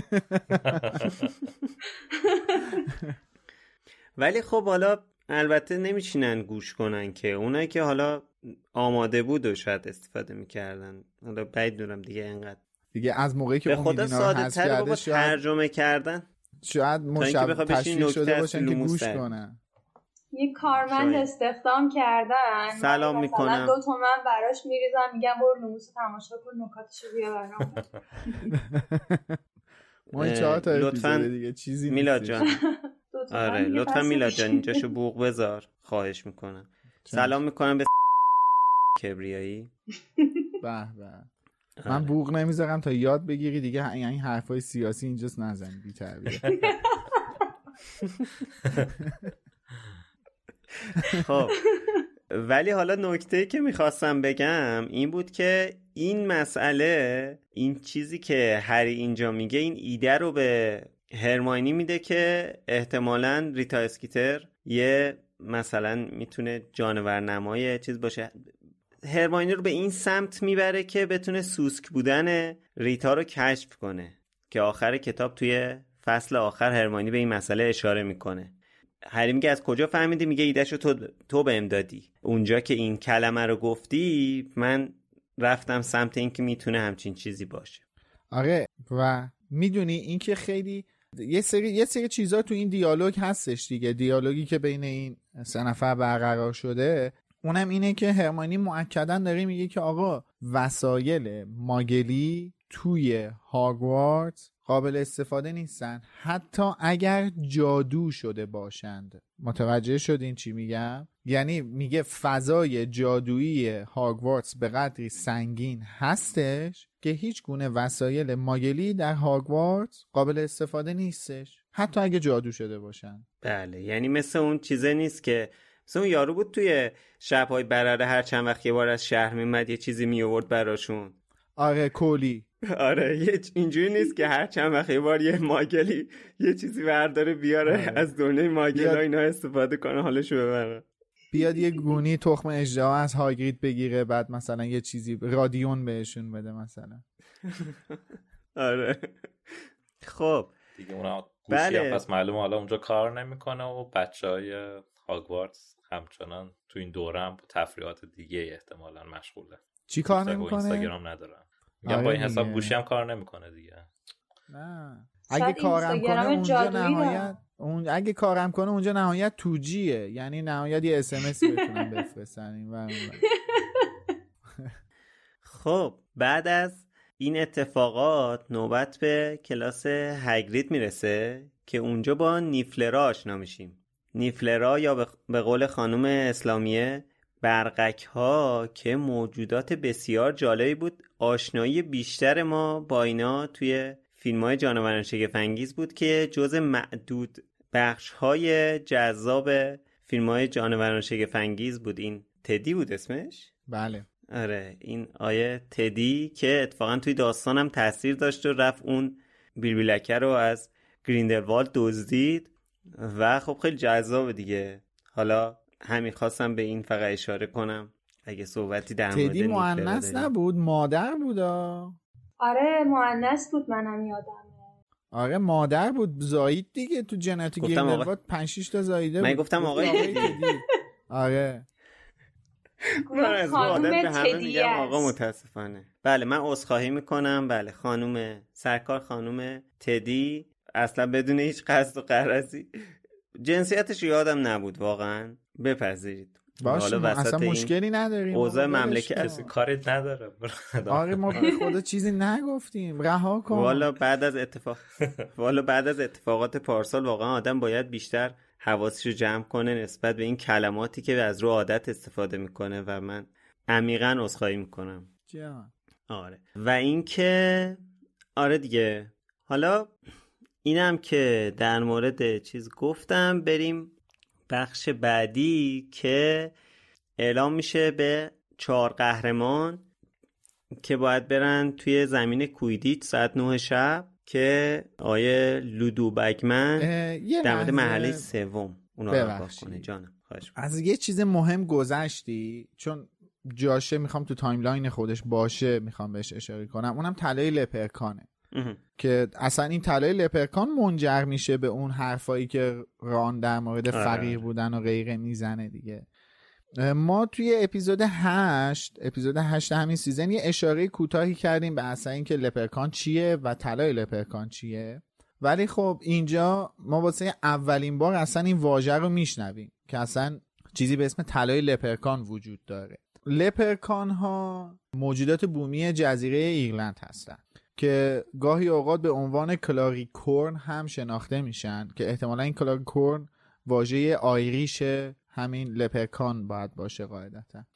ولی خب حالا البته نمیشینن گوش کنن که اونایی که حالا آماده بود و شاید استفاده میکردن. حالا بعید دونم دیگه اینقدر دیگه از موقعی که به خدا ساده تر بابا ترجمه کردن شاید مشابه تشویق شده باشن که گوش کنن. یه کارمند استخدام کردن، سلام میکنم، دو تومن براش میریزم، میگم برو لوموس تماشا کن، نکاتشو بیا برام. ما چهار تا اپیزود دیگه چیزی میلاد جان. آره لطفا میلاد جان اینجاشو بوق بذار، خواهش میکنم. سلام میکنم به کبریایی. به به. من بوق نمیذارم تا یاد بگیری دیگه این حرفای سیاسی اینجاست نزن بی تربیت. خب ولی حالا نکته‌ای که میخواستم بگم این بود که این مسئله، این چیزی که هری اینجا میگه، این ایده رو به هرماینی میده که احتمالاً ریتا اسکیتر یه مثلا میتونه جانور نمای چیز باشه. هرماینی رو به این سمت میبره که بتونه سوسک بودن ریتا رو کشف کنه، که آخر کتاب توی فصل آخر هرماینی به این مسئله اشاره میکنه. هری میگه از کجا فهمیدی؟ میگه ایدهشو تو تو بهم دادی، اونجا که این کلمه رو گفتی من رفتم سمت این که میتونه همچین چیزی باشه. آره و میدونی این که خیلی یه سری یه سری چیزا تو این دیالوگ هستش دیگه، دیالوگی که بین این سه نفر برقرار شده، اونم اینه که هرماینی مؤکداً داره میگه که آقا وسایل ماگلی توی هاگوارتس قابل استفاده نیستن حتی اگر جادو شده باشند. متوجه شدین چی میگم؟ یعنی میگه فضای جادویی هاگوارتس به قدری سنگین هستش که هیچ گونه وسایل ماگلی در هاگوارتس قابل استفاده نیستش حتی اگه جادو شده باشن. بله، یعنی مثل اون چیزه نیست که مثل اون یارو بود توی شب‌های برره هر چند وقت یه بار از شهر میمد یه چیزی میآورد براشون. آره کولی. آره یه اینجوری نیست که هر چند وقت یه بار یه ماگلی یه چیزی برداره بیاره. آره. از دنیای ماگلا اینا استفاده کنه حالشو ببره. بیاد یه گونی تخم اژدها از هاگرید بگیره بعد مثلا یه چیزی رادیون بهشون بده مثلا. آره خب دیگه اونا گوشی بله. هم پس معلومه حالا اونجا کار نمیکنه و بچهای هاگوارتس همچنان تو این دوره هم با تفریحات دیگه احتمالاً مشغوله. چی کار نمیکنه؟ اینستاگرام ندارن. میگم با این حساب گوشی هم کار نمیکنه دیگه. نه اگه کارم کنه اونجا نهایت اون اگه کارم کنه اونجا نهایت توجیه، یعنی نهایت یه اس ام اس بتونم بفرستن و خب بعد از این اتفاقات نوبت به کلاس هاگرید میرسه که اونجا با نیفلرا آشنا میشیم. نیفلرا یا به قول خانم اسلامیه برقک ها که موجودات بسیار جالبی بود. آشنایی بیشتر ما با اینا توی فیلم های جانوران شگفت‌انگیز بود که جز معدود بخش های جذاب فیلم های جانوران شگفت‌انگیز بود. این تدی بود اسمش؟ بله آره این آیه تدی که اتفاقا توی داستانم هم تاثیر داشت و رفت اون بیلبیلکه رو از گریندلوالد دزدید و خب خیلی جذابه دیگه. حالا همین خواستم به این فقط اشاره کنم اگه صحبتی در مورد تدی مؤنث نبود، مادر بودا. آره مؤنث بود، منم یادمه. آره مادر بود، زاید دیگه تو جنتی گیمرباد پنج شش تا زایده بود. من گفتم آقای تدی. آره من از عادت به همه میگم آقا متاسفانه. بله من عذرخواهی میکنم. بله خانم سرکار خانم تدی، اصلا بدون هیچ قصد و غرضی. جنسیتش یادم نبود واقعا، بپذیرید. باشه اصلا مشکلی نداریم، اوضاع مملکت کسی کاری نداره. آره ما به خدا چیزی نگفتیم، رها کن. والا بعد از اتفاق والا بعد از اتفاقات پارسال واقعا آدم باید بیشتر حواسش رو جمع کنه نسبت به این کلماتی که از رو عادت استفاده میکنه و من عمیقاً عذرخواهی میکنم. جان. آره و اینکه آره دیگه، حالا اینم که در مورد چیز گفتم، بریم بخش بعدی که اعلام میشه به چهار قهرمان که باید برن توی زمین کویدیچ ساعت نه شب که آیه لودو بگمن در مورد مرحله سوم اونا رو آگاه کنه. جانم خواهش می‌کنم. از یه چیز مهم گذشتی، چون جاشه میخوام تو تایملاین خودش باشه میخوام بهش اشاره کنم، اونم طلای لپرکانه که اصلا این طلای لپرکان منجر میشه به اون حرفایی که ران در مورد فقیر بودن و غیره میزنه دیگه. ما توی اپیزود هشت اپیزود هشت همین سیزن یه اشاره کوتاهی کردیم به اصلا این که لپرکان چیه و طلای لپرکان چیه، ولی خب اینجا ما واسه اولین بار اصلا این واژه رو میشنویم که اصلا چیزی به اسم طلای لپرکان وجود داره. لپرکان ها موجودات بومی جزیره ایرلند هستن که گاهی اوقات به عنوان کلاریکورن هم شناخته میشن که احتمالا این کلاریکورن واژه آیریش همین لپرکان باید باشه قاعدتا.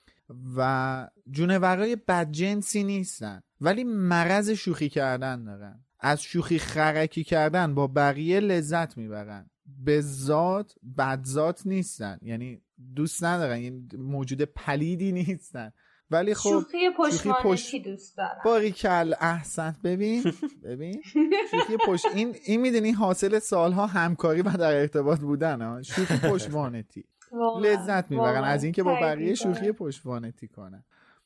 و جونورای بدجنسی نیستن ولی مرض شوخی کردن دارن، از شوخی خرکی کردن با بقیه لذت میبرن، به ذات بدذات نیستن، یعنی دوست ندارن، یعنی موجود پلیدی نیستن، ولی خب شوخی پشتوانتی دوست دارن. باریکل احسنت. ببین ببین شوخی پشت این این میدونی حاصل سالها همکاری و در ارتباط بودن ها. شوخی پشتوانتی لذت میبرن از اینکه با بقیه شوخی پشتوانتی کنن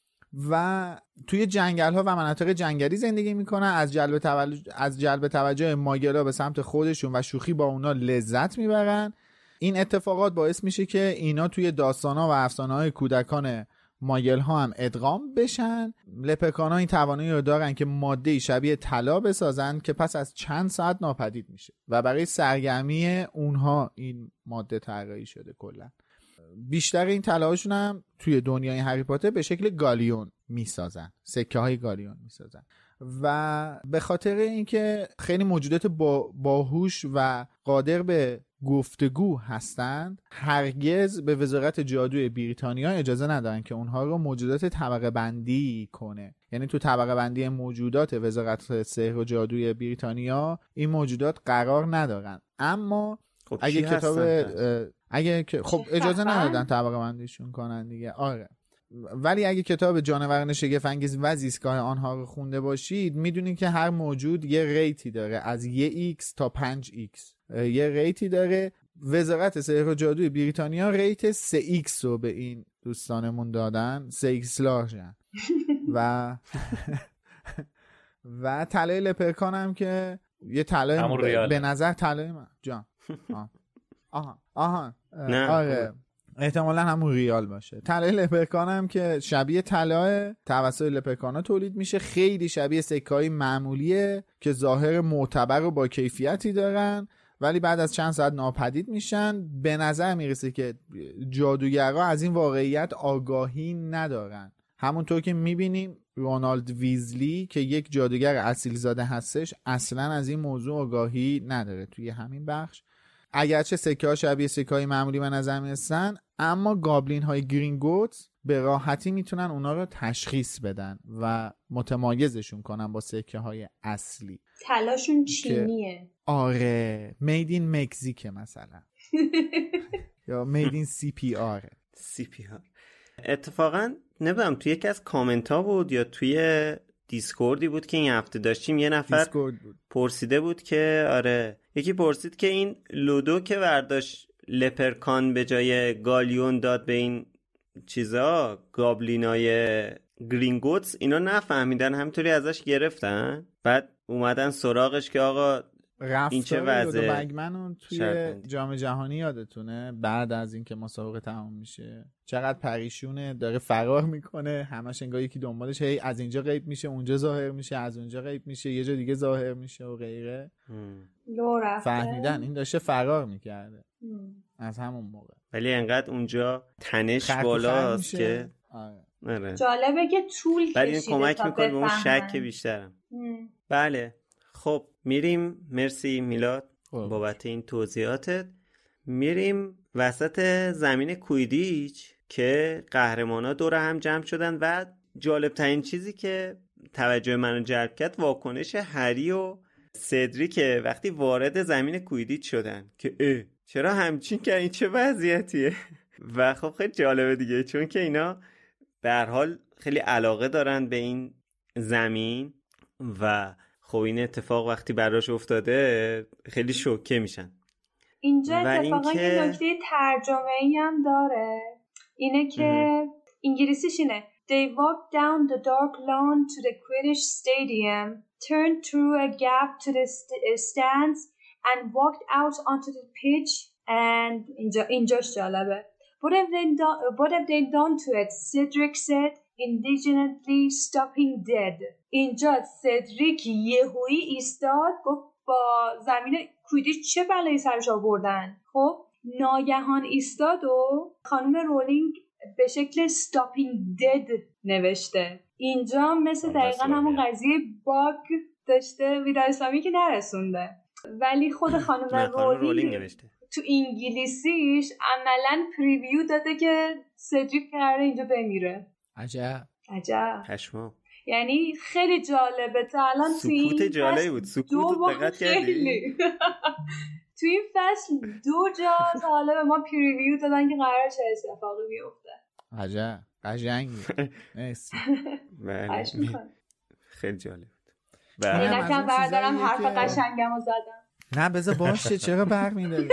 و توی جنگل ها و مناطق جنگلی زندگی میکنن، از جلب توجه از جلب توجه ماگرا به سمت خودشون و شوخی با اونا لذت میبرن. این اتفاقات باعث میشه که اینا توی داستانا و افسانه های کودکان ماگل ها هم ادغام بشن. لپرکان ها این توانایی رو دارن که ماده شبیه طلا بسازن که پس از چند ساعت ناپدید میشه و برای سرگرمی اونها این ماده طراحی شده. کلا بیشتر این طلاهاشون هم توی دنیای هری پاتر به شکل گالیون میسازن، سکه های گالیون میسازن و به خاطر اینکه خیلی موجودات با باهوش و قادر به گفتگو هستند، هرگز به وزارت جادوی بریتانیا اجازه ندارن که اونها رو موجودات طبقه بندی کنه. یعنی تو طبقه بندی موجودات وزارت سحر و جادوی بریتانیا این موجودات قرار ندارن. اما خب اگه کتاب اگه خب اجازه ندادن طبقه بندیشون کنن دیگه. آره ولی اگه کتاب جانوران شگفت انگیز و زیستگاه آنها رو خونده باشید میدونید که هر موجود یه ریتی داره، از یه ایکس تا پنج ایکس یه ریتی داره. وزارت سحر و جادوی بریتانیا ریت سه ایکس رو به این دوستانمون دادن، سه ایکس لارژن و و طلای لپرکان هم که یه طلای به نظر طلای من جان آه. آها آها آره احتمالاً همون ریال باشه. طلای لپرکان هم که شبیه طلای توسط لپرکانا تولید میشه، خیلی شبیه سکه‌های معمولیه که ظاهر معتبر و با کیفیتی دارن ولی بعد از چند ساعت ناپدید میشن. به نظر میرسه که جادوگرها از این واقعیت آگاهی ندارن، همونطور که میبینیم رونالد ویزلی که یک جادوگر اصیل زاده هستش اصلا از این موضوع آگاهی نداره توی همین بخش. اگرچه سکه ها شبیه سکه های معمولی به نظر میرسن اما گابلین های گرینگوتس به راحتی میتونن اونا رو تشخیص بدن و متمایزشون کنن با سکه های اصلی. طلاشون چینیه. آره میدین مکزیک مثلا یا میدین سی پی آر. سی پی آر اتفاقا نمیدونم توی یکی از کامنت ها بود یا توی دیسکوردی بود که این هفته داشتیم یه نفر بود. پرسیده بود که آره یکی پرسید که این لودو که برداشت لپرکان به جای گالیون داد به این چیزا گابلینای گرینگوتس، اینا نفهمیدن همینطوری ازش گرفتن، بعد اومدن سراغش که آقا این چه وضعه. رفتار بگمن توی جام جهانی یادتونه بعد از اینکه مسابقه تمام میشه چقدر پریشونه، داره فرار میکنه، همش انگار یکی دنبالش، هی از اینجا غیب میشه اونجا ظاهر میشه، از اونجا غیب میشه یه جا دیگه ظاهر میشه و غیره. لو رفته فهمیدن این داشته فرار میکرده از همون موقع، ولی انقدر اونجا تنش بالاست که آره. جالبه که طول کشیده. بعد این کمک میکنه به اون شک بیشترم. بله خب میریم. مرسی میلاد بابت این توضیحاتت. میریم وسط زمین کویدیچ که قهرمانا دور هم جمع شدن و جالب ترین چیزی که توجه منو جلب کرد واکنش هری و سدریک که وقتی وارد زمین کویدیچ شدن که اه چرا همچین که این چه وضعیتیه. و خب خیلی جالبه دیگه چون که اینا به هر حال خیلی علاقه دارن به این زمین و خب این اتفاق وقتی براش افتاده خیلی شوکه میشن. اینجا اتفاقا یه نکته ترجمه‌ای هم داره، اینه که انگلیسیش اینه They walked down the dark lawn to the Quidditch stadium, turned through a gap to the st- stands and walked out onto the pitch and اینجا اینجاش جالبه. What have they done, what have they done to it? Cedric said, indignantly stopping dead. اینجا سدریک یهویی ایستاد گفت با زمین کویدیچ چه بلایی سرش آوردن. خب ناگهان ایستاد و خانم رولینگ به شکل stopping dead نوشته. اینجا مثل دقیقا همون قضیه باگ داشته ویدال اسلامی که نرسونده، ولی خود خانم رولینگ نوشته تو انگلیسیش عملاً پریویو داده که سدریک قراره اینجا بمیره. عجب عجب پشما. یعنی خیلی جالبه تا الان تو این سکوت جالبی بود. سکوت دقت کردی؟ تو این فصل دو جا تا حالا به ما پریویو دادن که قراره چه اتفاقی بیفته. عجب قشنگی. مرسی. بله خیلی جالب بود. بله نکن بردارم حرف قشنگمو زدم. نه بذار باشه چرا برمی‌داری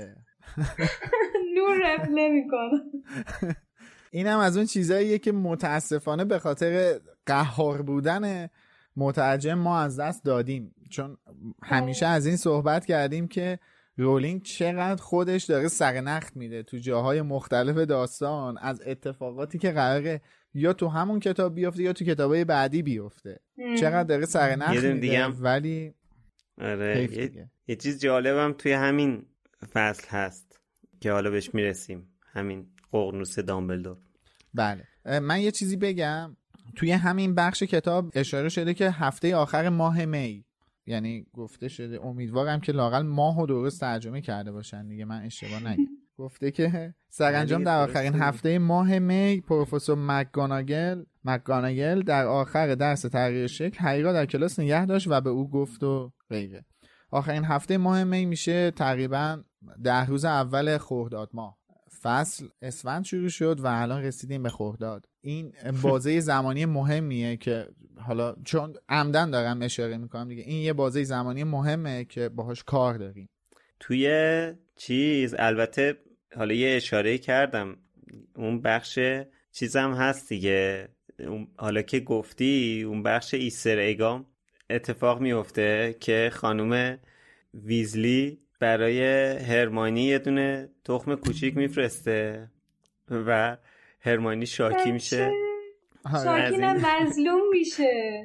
نور رپ نمی‌کنه. اینم از اون چیزاییه که متاسفانه به خاطر قهار بودن مترجم ما از دست دادیم، چون همیشه از این صحبت کردیم که رولینگ چقدر خودش داره سرنخ میده تو جاهای مختلف داستان از اتفاقاتی که قراره یا تو همون کتاب بیفته یا تو کتابای بعدی بیفته. چقدر داره سرنخ میده. ولی آره یه, یه چیز جالبم توی همین فصل هست که حالا بهش میرسیم، همین ققنوس دامبلدور. بله من یه چیزی بگم، توی همین بخش کتاب اشاره شده که هفته آخر ماه می، یعنی گفته شده، امیدوارم که لااقل ماهو درست ترجمه کرده باشن دیگه من اشتباه نگم، گفته که سرانجام در آخرین هفته ماه می پروفسور مکگوناگل مکگوناگل در آخر درس تغییر شکل هری را در کلاس نگه داشت و به او گفت و غیره. آخرین هفته ماه می میشه تقریبا ده روز اول خرداد ماه. فصل اسفند شروع شد و الان رسیدیم به خرداد. این بازه زمانی مهمیه که حالا چون عمدن دارم اشاره میکنم دیگه، این یه بازه زمانی مهمه که باهاش کار داریم. توی چیز البته حالا یه اشاره کردم اون بخش چیزم هست دیگه، حالا که گفتی اون بخش ایستر ایگام اتفاق میفته که خانم ویزلی برای هرمانی یه دونه تخم کوچیک میفرسته و هرمانی شاکی میشه، شاکینم مظلوم میشه،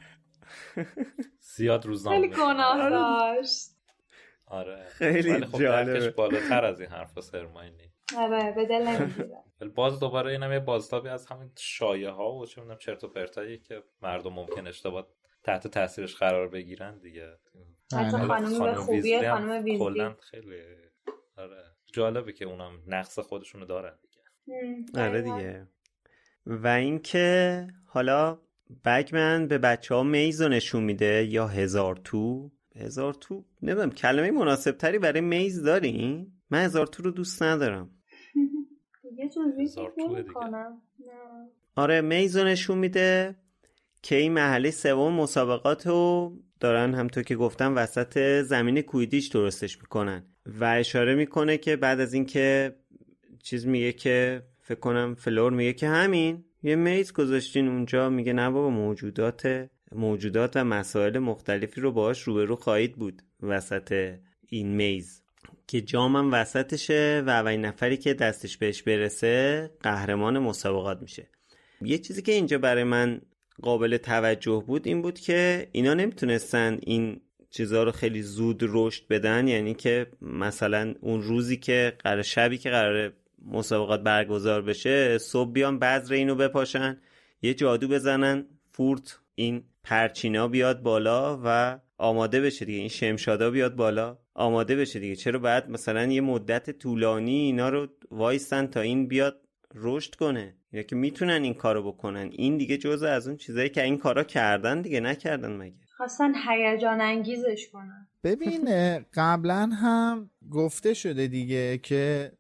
زیاد روزنامه خیلی گناه داشت. آره خیلی خب جالبه، بالاتر از این حرفا هرمانی. آره به دل نمیگیره. باز دوباره اینم یه بازتابی از همین شایعه ها و چه میدونم چرت و پرتایی که مردم ممکن اشتباه تحت تاثیرش قرار بگیرن دیگه. حتی خانم به خوبی خانم ویزلی کلا خیلی آره جالبه که اونم نقص خودشونو دارن دیگه. آره دیگه. و اینکه حالا بگمن به بچه‌ها میز رو نشون میده یا هزار تو هزار تو نمیدونم کلمه مناسب تری برای میز دارین؟ من هزار تو رو دوست ندارم. یه جوری فکر نمی‌کنم. آره میز رو نشون میده که این مرحله سوم مسابقات رو دارن همونطور که گفتم وسط زمین کویدیچ درستش میکنن و اشاره میکنه که بعد از این که چیز میگه که فکر کنم فلور میگه که همین یه میز گذاشتین اونجا، میگه نه بابا موجودات موجودات و مسائل مختلفی رو باهاش روبرو خواهید بود وسط این میز که جامم وسطشه و اولین نفری که دستش بهش برسه قهرمان مسابقات میشه. یه چیزی که اینجا برای من قابل توجه بود این بود که اینا نمیتونستن این چیزها رو خیلی زود رشد بدن، یعنی که مثلا اون روزی که قرار شبی که قرار مسابقات برگزار بشه صبح بیان بذر اینو بپاشن یه جادو بزنن فورت این پرچینا بیاد بالا و آماده بشه دیگه، این شمشادا بیاد بالا آماده بشه دیگه. چرا بعد مثلا یه مدت طولانی اینا رو وایستن تا این بیاد رشد کنه؟ یا که میتونن این کارو بکنن. این دیگه جزء از اون چیزایی که این کارا کردن دیگه، نکردن مگه؟ خواستن هیجان انگیزش کنن. ببین قبلا هم گفته شده دیگه که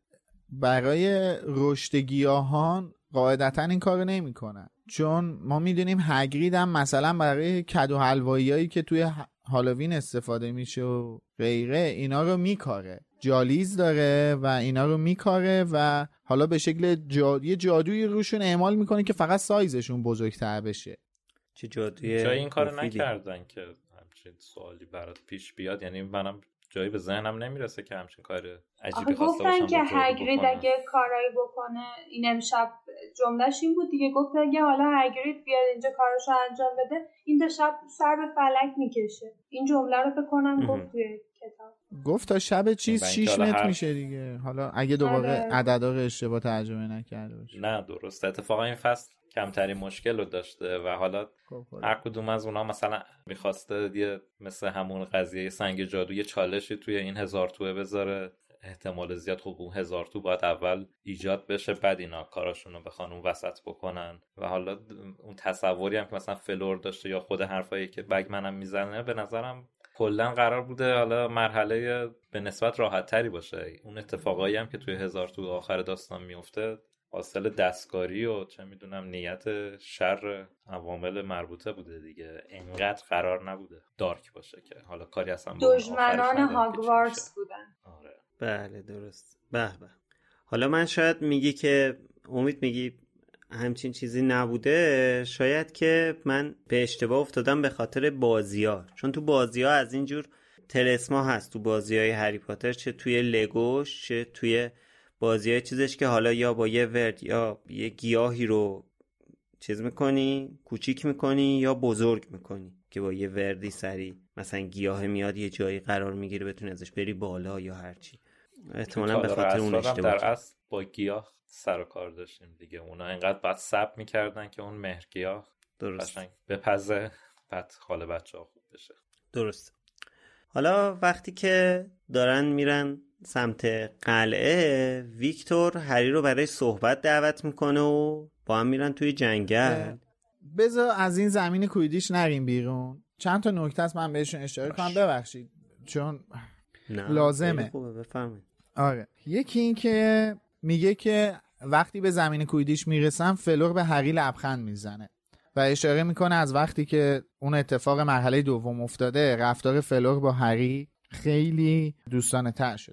برای رشد گیاهان قاعدتا این کارو نمیکنن، چون ما میدونیم هگرید هم مثلا برای کدو حلواییایی که توی هالووین استفاده میشه و غیره اینا رو میکاره، جالیز داره و اینا رو میکاره و حالا به شکل جادو یه جادویی روشون اعمال میکنه که فقط سایزشون بزرگتر بشه. چه جادویی؟ جای این کارو نکردن که همچین سوالی برات پیش بیاد، یعنی منم جایی به ذهنم نمیرسه که همچین کار عجیبی خواسته باشن. گفتن که هگرید اگه کارایی بکنه، این امشب جملهش این بود دیگه، گفت اگه حالا هگرید بیاد اینجا کاراشو انجام بده این دو شب سر به فلک میکشه. این جمله رو فکر کنم گفت توی کتاب. گفت تا شب چیز شیش متر میشه دیگه، حالا اگه دوباره عددا رو اشتباه ترجمه نکرده باشه. نه درست، اتفاقا این فصل کمترین مشکل رو داشته و حالا هر کدوم از اونا مثلا میخواسته یه مثل همون قضیه سنگ جادو یه چالشی توی این هزار توه بذاره، احتمال زیاد خب اون هزار تو باید اول ایجاد بشه بعد اینا کاراشون رو بخوان اون وسط بکنن. و حالا اون تصوری هم که مثلا فلور داشته یا خود حرفایی که بگمنم میزنه به نظرم کلا قرار بوده حالا مرحله به نسبت راحت تری باشه. اون اتفاقایی هم که توی هزار تو آخر داستان میفته حاصل دستکاری و چه میدونم نیت شر عوامل مربوطه بوده دیگه، اینقدر قرار نبوده دارک باشه که حالا کاری اصلا با دشمنان هاگوارتس بودن. آره بله درست. به به. حالا من شاید میگی که امید میگی همچین چیزی نبوده، شاید که من به اشتباه افتادم به خاطر بازی‌ها، چون تو بازی‌ها از اینجور طلسما هست، تو بازی‌های هری پاتر چه توی لگوش چه توی بازی‌های چیزش که حالا یا با یه ورد یا یه گیاهی رو چیز میکنی کوچیک میکنی یا بزرگ میکنی که با یه وردی سری مثلا گیاه میاد یه جایی قرار میگیره بتونی ازش بری بالا یا هرچی. احتمالاً به خاطر اون اشتباه در اصل با گیاه سر و کار داشتیم دیگه، اونا اینقدر بعد سب میکردن که اون مهرگیاه درست بپزه بعد حال بچه‌ها خوب بشه. درست. حالا وقتی که دارن میرن سمت قلعه، ویکتور هری رو برای صحبت دعوت میکنه و با هم میرن توی جنگل. بذار از این زمین کویدیش نریم بیرون، چند تا نکته است من بهشون اشاره کنم، ببخشید چون لازمه. خوبه بفرمایید. آره یکی این که میگه که وقتی به زمین کویدیش میرسن فلور به هری لبخند میزنه و اشاره میکنه از وقتی که اون اتفاق مرحله دوم افتاده رفتار فلور با هری خیلی دوستانه تر شده.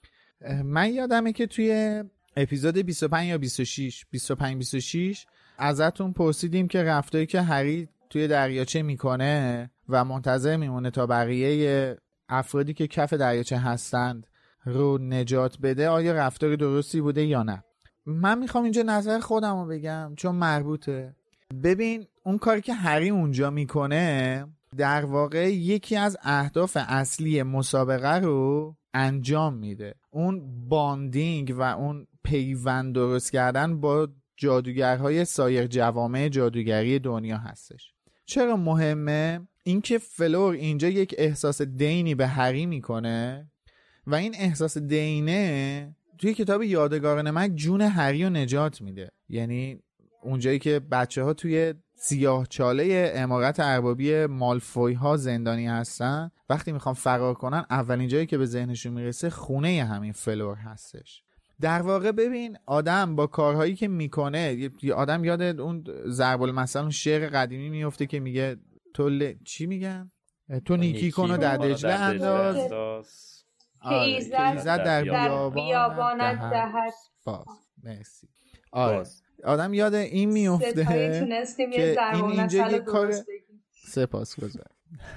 من یادمه که توی اپیزود بیست و پنج یا بیست و شش بیست و پنج بیست و شش ازتون پرسیدیم که رفتاری که هری توی دریاچه میکنه و منتظر میمونه تا بقیه افرادی که کف دریاچه هستند رو نجات بده آیا رفتار درستی بوده یا نه. من میخوام اینجا نظر خودم رو بگم چون مربوطه. ببین اون کاری که هری اونجا میکنه در واقع یکی از اهداف اصلی مسابقه رو انجام میده، اون باندینگ و اون پیوند درست کردن با جادوگرهای سایر جوامع جادوگری دنیا هستش. چرا مهمه؟ اینکه فلور اینجا یک احساس دینی به هری میکنه و این احساس دینه توی کتاب یادگار نمک جون هری رو نجات میده. یعنی اونجایی که بچه ها توی سیاه چاله امارت اربابی مالفوی ها زندانی هستن، وقتی میخوان فرار کنن اولین جایی که به ذهنشون میرسه خونه همین فلور هستش در واقع ببین آدم با کارهایی که میکنه، آدم یاد اون ضرب المثل اون شعر قدیمی میفته که میگه تو ل... چی میگن؟ تو نیکی کن و در دجله انداز که ایزد در بیابانت دهد باز. مرسی. آره آدم یاد این میفته که این اینجا یه کار سپاسگزارم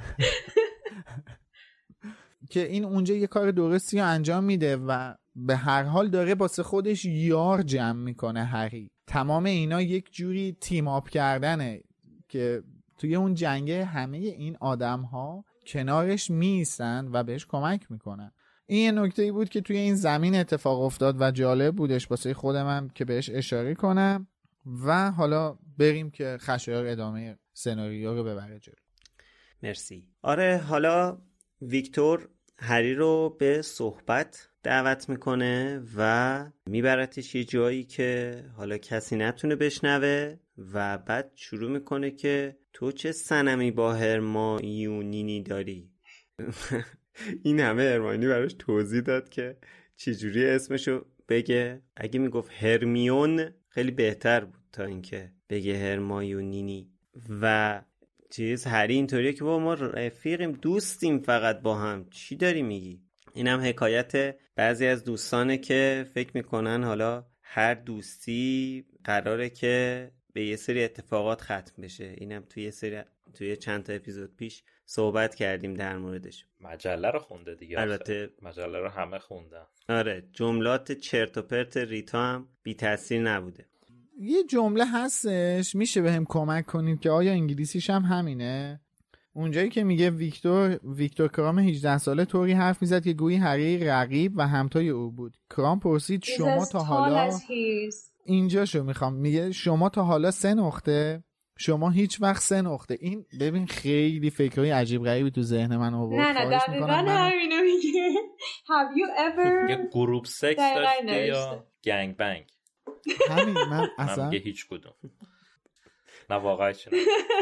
که این اونجا یه کار درستی رو انجام میده و به هر حال داره واسه خودش یار جمع میکنه. هری تمام اینا یک جوری تیم آپ کردنه که توی اون جنگ همه این آدم ها کنارش میستن و بهش کمک میکنن. این یه نکته‌ای بود که توی این زمین اتفاق افتاد و جالب بودش واسه خودم که بهش اشاره کنم و حالا بریم که خشایار ادامه سناریو رو ببره جلو. مرسی. آره حالا ویکتور هری رو به صحبت دعوت میکنه و میبرتش یه جایی که حالا کسی نتونه بشنوه و بعد شروع میکنه که تو چه صنمی با هرمایونی داری. این همه هرماینی براش توضیح داد که چجوری اسمشو بگه. اگه میگفت هرمیون خیلی بهتر بود تا اینکه بگه هرمایونینی. و چیز هری اینطوریه که با ما رفیقیم، دوستیم، فقط با هم چی داری میگی؟ اینم حکایت بعضی از دوستانه که فکر میکنن حالا هر دوستی قراره که به یه سری اتفاقات ختم بشه. اینم توی یه سری توی چند تا اپیزود پیش صحبت کردیم در موردش. مجله رو خونده دیگه. البته مجله رو همه خوندن. آره جملات چرت و پرت ریتا هم بی تاثیر نبوده. یه جمله هستش میشه بهم کمک کنیم که آیا انگلیسیش هم همینه؟ اونجایی که میگه ویکتور ویکتور کرام هجده ساله طوری حرف میزد که گویی هری رقیب و همتای او بود. کرام پرسید شما تا حالا اینجاشو میخوام، میگه شما تا حالا سه نقطه، شما هیچ وقت سه نقطه. این ببین خیلی فکرهای عجیب غریبی تو ذهن من آورد. نه نه دقیقاً همینو میگه. Have you ever یه گروپ سکس داشته یا گنگ بنگ؟ همین من اصلا من میگه هیچ کدوم. نه واقعا چه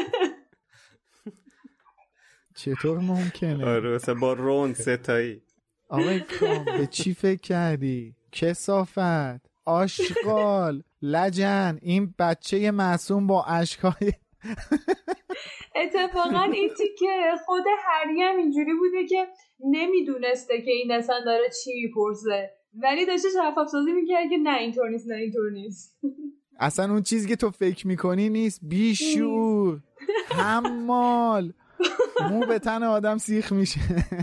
چطور ممکنه؟ آره مثلا با رون ستایی. آقای کرام به چی فکر کردی؟ کثافت، آشغال، لجن، این بچه معصوم با اشکای اتفاقا این تیکه خود هری هم اینجوری بوده که نمیدونسته که این اصلا داره چی میپرسه ولی داشته شفاف سازی میکرد که نه اینطور نیست، نه اینطور نیست. اصلا اون چیزی که تو فکر میکنی نیست. بیشور، حمال، مو به تن آدم سیخ میشه.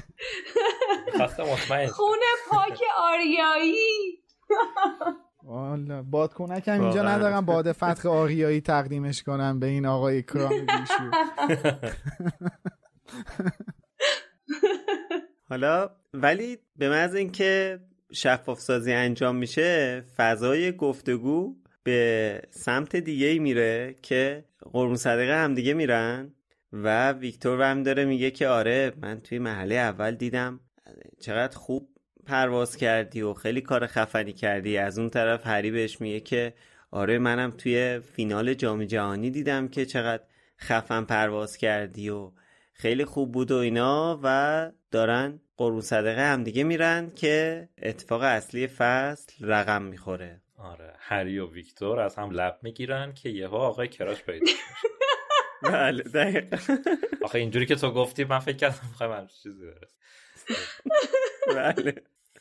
خونه پاک آریایی. والا بادکنک هم اینجا ندارم باد فتح آریایی تقدیمش کنم به این آقای کرام بیشور. حالا ولی به محض اینکه شفاف سازی انجام میشه فضای گفتگو به سمت دیگه میره که قربون صدقه هم دیگه میرن و ویکتور هم داره میگه که آره من توی مرحله اول دیدم چقدر خوب پرواز کردی و خیلی کار خفنی کردی. از اون طرف هری بهش میگه که آره منم توی فینال جام جهانی دیدم که چقدر خفن پرواز کردی و خیلی خوب بود و اینا و دارن قربون صدقه هم دیگه میرن که اتفاق اصلی فصل رقم میخوره. آره هری و ویکتور از هم لب میگیرن که یهو آقای کراش پیدا میشه. بله دقیقاً. آخه اینجوری که تو گفتی من فکر کردم میخوایم همچین چیزی برسه. بله.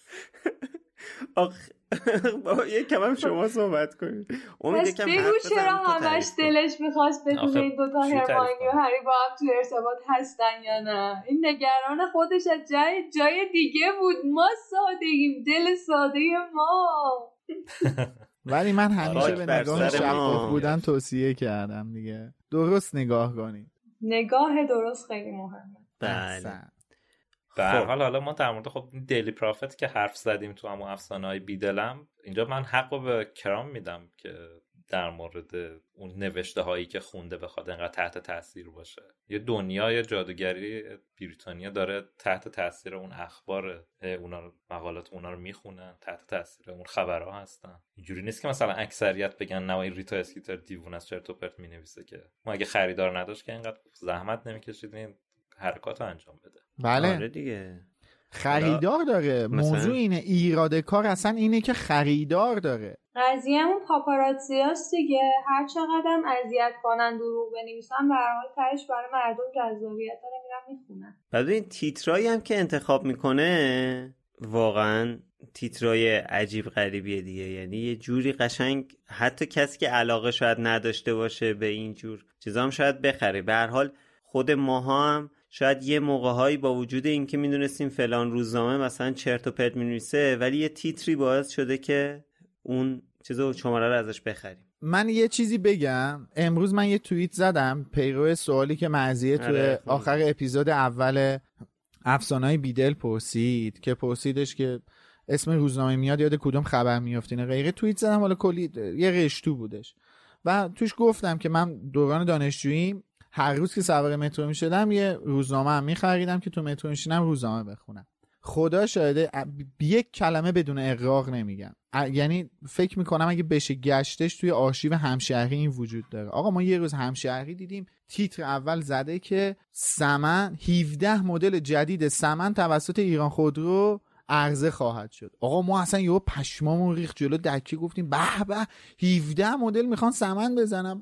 آخ بابا یکم هم شما صحبت کنید. امید یکم بگو چرا همش دلش میخواست بدونه این دوتا هرماینی و هری با هم تو ارتباط هستن یا نه. این نگران خودش از جای جای دیگه بود. ما سادهیم، دل ساده ما. ولی من همیشه به نگاه شفاف بودن توصیه کردم دیگه. درست نگاه کنید. نگاه درست خیلی مهمه. بله. به هر حال حالا ما در مورد خب دیلی پرافت که حرف زدیم تو همون افسانه‌های بیدلم، اینجا من حقو به کرام میدم که در مورد اون نوشته هایی که خونده بخواد اینقدر تحت تاثیر باشه. یه دنیای جادوگری بریتانیا داره تحت تاثیر اون اخبار اونا رو، مقالات اونا رو میخونن، تحت تاثیر اون خبرها هستن. اینجوری نیست که مثلا اکثریت بگن نه این ریتا اسکیتر دیوونه است چرت و پرت مینویسه، که ما اگه خریدار نداشت که اینقدر زحمت نمیکشید این حرکاتو انجام بده. بله آره دیگه. خریدار داره. موضوع اینه، ایراد کار اصلا اینه که خریدار داره. قضیه همون پاپاراتزیاست دیگه، هر چقدر اذیت کنن دروغ بنویسن به هر حال تهش برای مردم جذابیت داره، میرن میخونن. بعد این تیترایی هم که انتخاب میکنه واقعا تیترای عجیب غریبیه دیگه، یعنی یه جوری قشنگ حتی کسی که علاقه شاید نداشته باشه به این جور چیزا هم شاید بخره. به هر حال خود ماها هم شاید یه موقع‌هایی با وجود این که میدونستیم فلان روزنامه مثلا چرت و پرت می‌نویسه، ولی یه تیتری باعث شده که اون چیزو شماره رو ازش بخریم. من یه چیزی بگم، امروز من یه توییت زدم پیرو سوالی که معزیه توی آخر اپیزود اول افسانه‌های بیدل پرسید که پرسیدش که اسم روزنامه میاد یاد کدوم خبر میافتین غیره. توییت زدم، حالا کلی یه رشتو بودش و توش گفتم که من دوران دانشجویی هر روز که سوار مترو میشدم یه روزنامه هم میخریدم که تو مترو میشینم روزنامه بخونم. خدا شاهده یک کلمه بدون اغراق نمیگم، یعنی فکر میکنم اگه بشه گشتش توی آرشیو همشهری این وجود داره. آقا ما یه روز همشهری دیدیم تیتر اول زده که سمن هفده مدل جدید سمن توسط ایران خودرو عرضه خواهد شد. آقا ما اصلا یهو پشمامون ریخت جلو دکی، گفتیم به به هفده مدل میخوان سمن بزنم.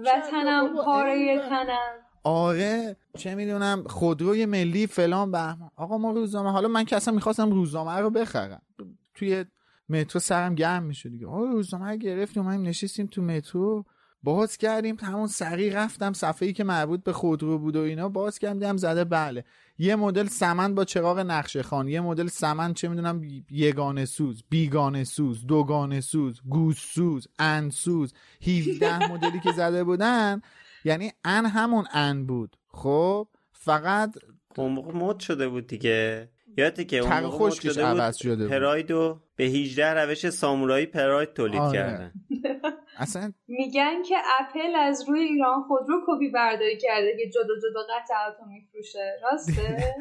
وطنم پاره تنم. آره چه میدونم خودروی ملی فلان بهمان. آقا ما روزنامه، حالا من که اصلا میخواستم روزنامه رو بخرم، توی مترو سرم گرم میشد دیگه. آقا روزنامه رو گرفتیم، ما نشستیم تو مترو باز کردیم، همون سریع رفتم صفحه‌ای که مربوط به خودرو بود و اینا باز کردم، زده بله یه مدل سمن با چراغ نقشه خان، یه مدل سمن چه میدونم یگانه سوز، بیگانه سوز، دوگانه سوز، گوز سوز، ان سوز، هفده مدلی که زده بودن. یعنی ان همون ان بود، خب فقط اون موقع مد شده بود دیگه. یادته که اون موقع مد شده بود, شده بود. پرایدو به هجده روش سامورایی پراید تولید آره. کردن. اصلا میگن که اپل از روی ایران خودرو کپی برداری کرده که جدا جدا قطعاتو میفروشه، راسته؟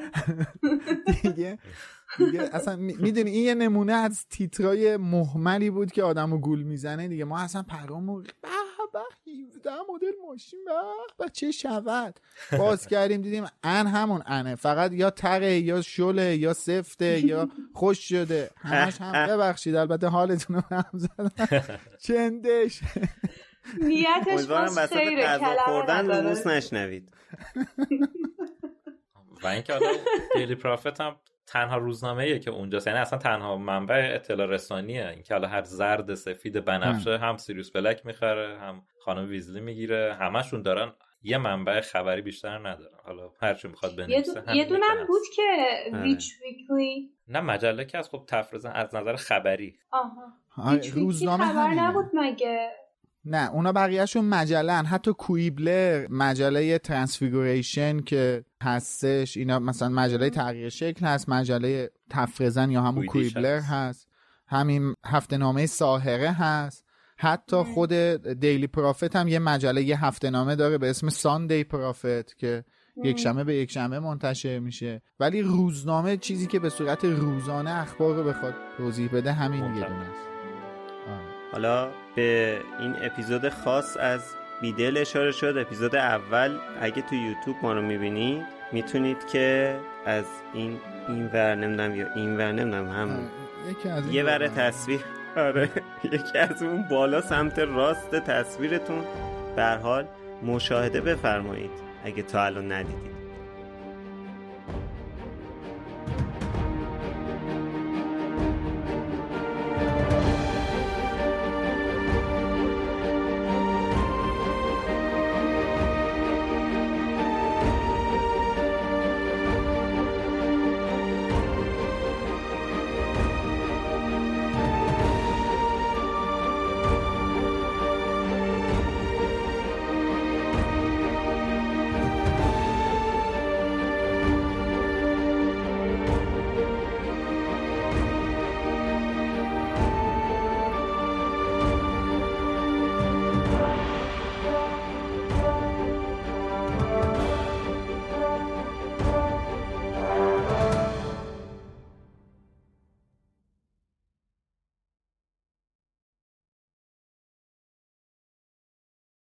دیگه دیگه اصلا میدونی این یه نمونه از تیترای مهملی بود که آدمو گول میزنه دیگه. ما اصلا پرامو به به هفده مدل ماشین به به چه شود باز کردیم دیدیم ان همون انه، فقط یا تره یا شله یا سفته یا خوش شده، همش هم. ببخشید البته حالتون رو هم زدن چندش نیتش باز خیره کلمه خوردن لوموس نشنوید. و اینکه حالا دیلی پرافت هم تنها روزنامه‌ایه که اونجاست، یعنی اصلا تنها منبع اطلاع رسانیه. اینکه حالا هر زرد سفید بنفشه هم سیریوس بلک میخره هم خانم ویزلی میگیره، همشون دارن یه منبع خبری بیشتر ندارن. حالا هر چی میخواد بنویسه یه دونم بود که ویچ ویکلی، نه مجله که از خب تفریزن از نظر خبری. آها ویچ روزنامه خبر نبود مگه؟ نه اونا بقیهشون مجلن. حتی کویبلر مجله ترانسفیگوریشن که هستش، اینا مثلا مجله تغییر شکل هست، مجله تفرزن یا همون کویبلر هست. هست همین هفته نامه ساحره هست. حتی مم. خود دیلی پرافت هم یه مجله یه هفته نامه داره به اسم ساندی پرافت که مم. یک شنبه به یک شنبه منتشر میشه. ولی روزنامه چیزی که به صورت روزانه اخبار رو بخواد توضیح بده همین یه دونه است. حالا به این اپیزود خاص از بیدل اشاره شد. اپیزود اول اگه تو یوتیوب ما رو میبینید میتونید که از این این ور نمیدونم یا این ور نمیدونم هم یه ور تصویر آره یکی از اون بالا سمت راست تصویرتون به هر حال مشاهده بفرمایید اگه تا الان ندیدید.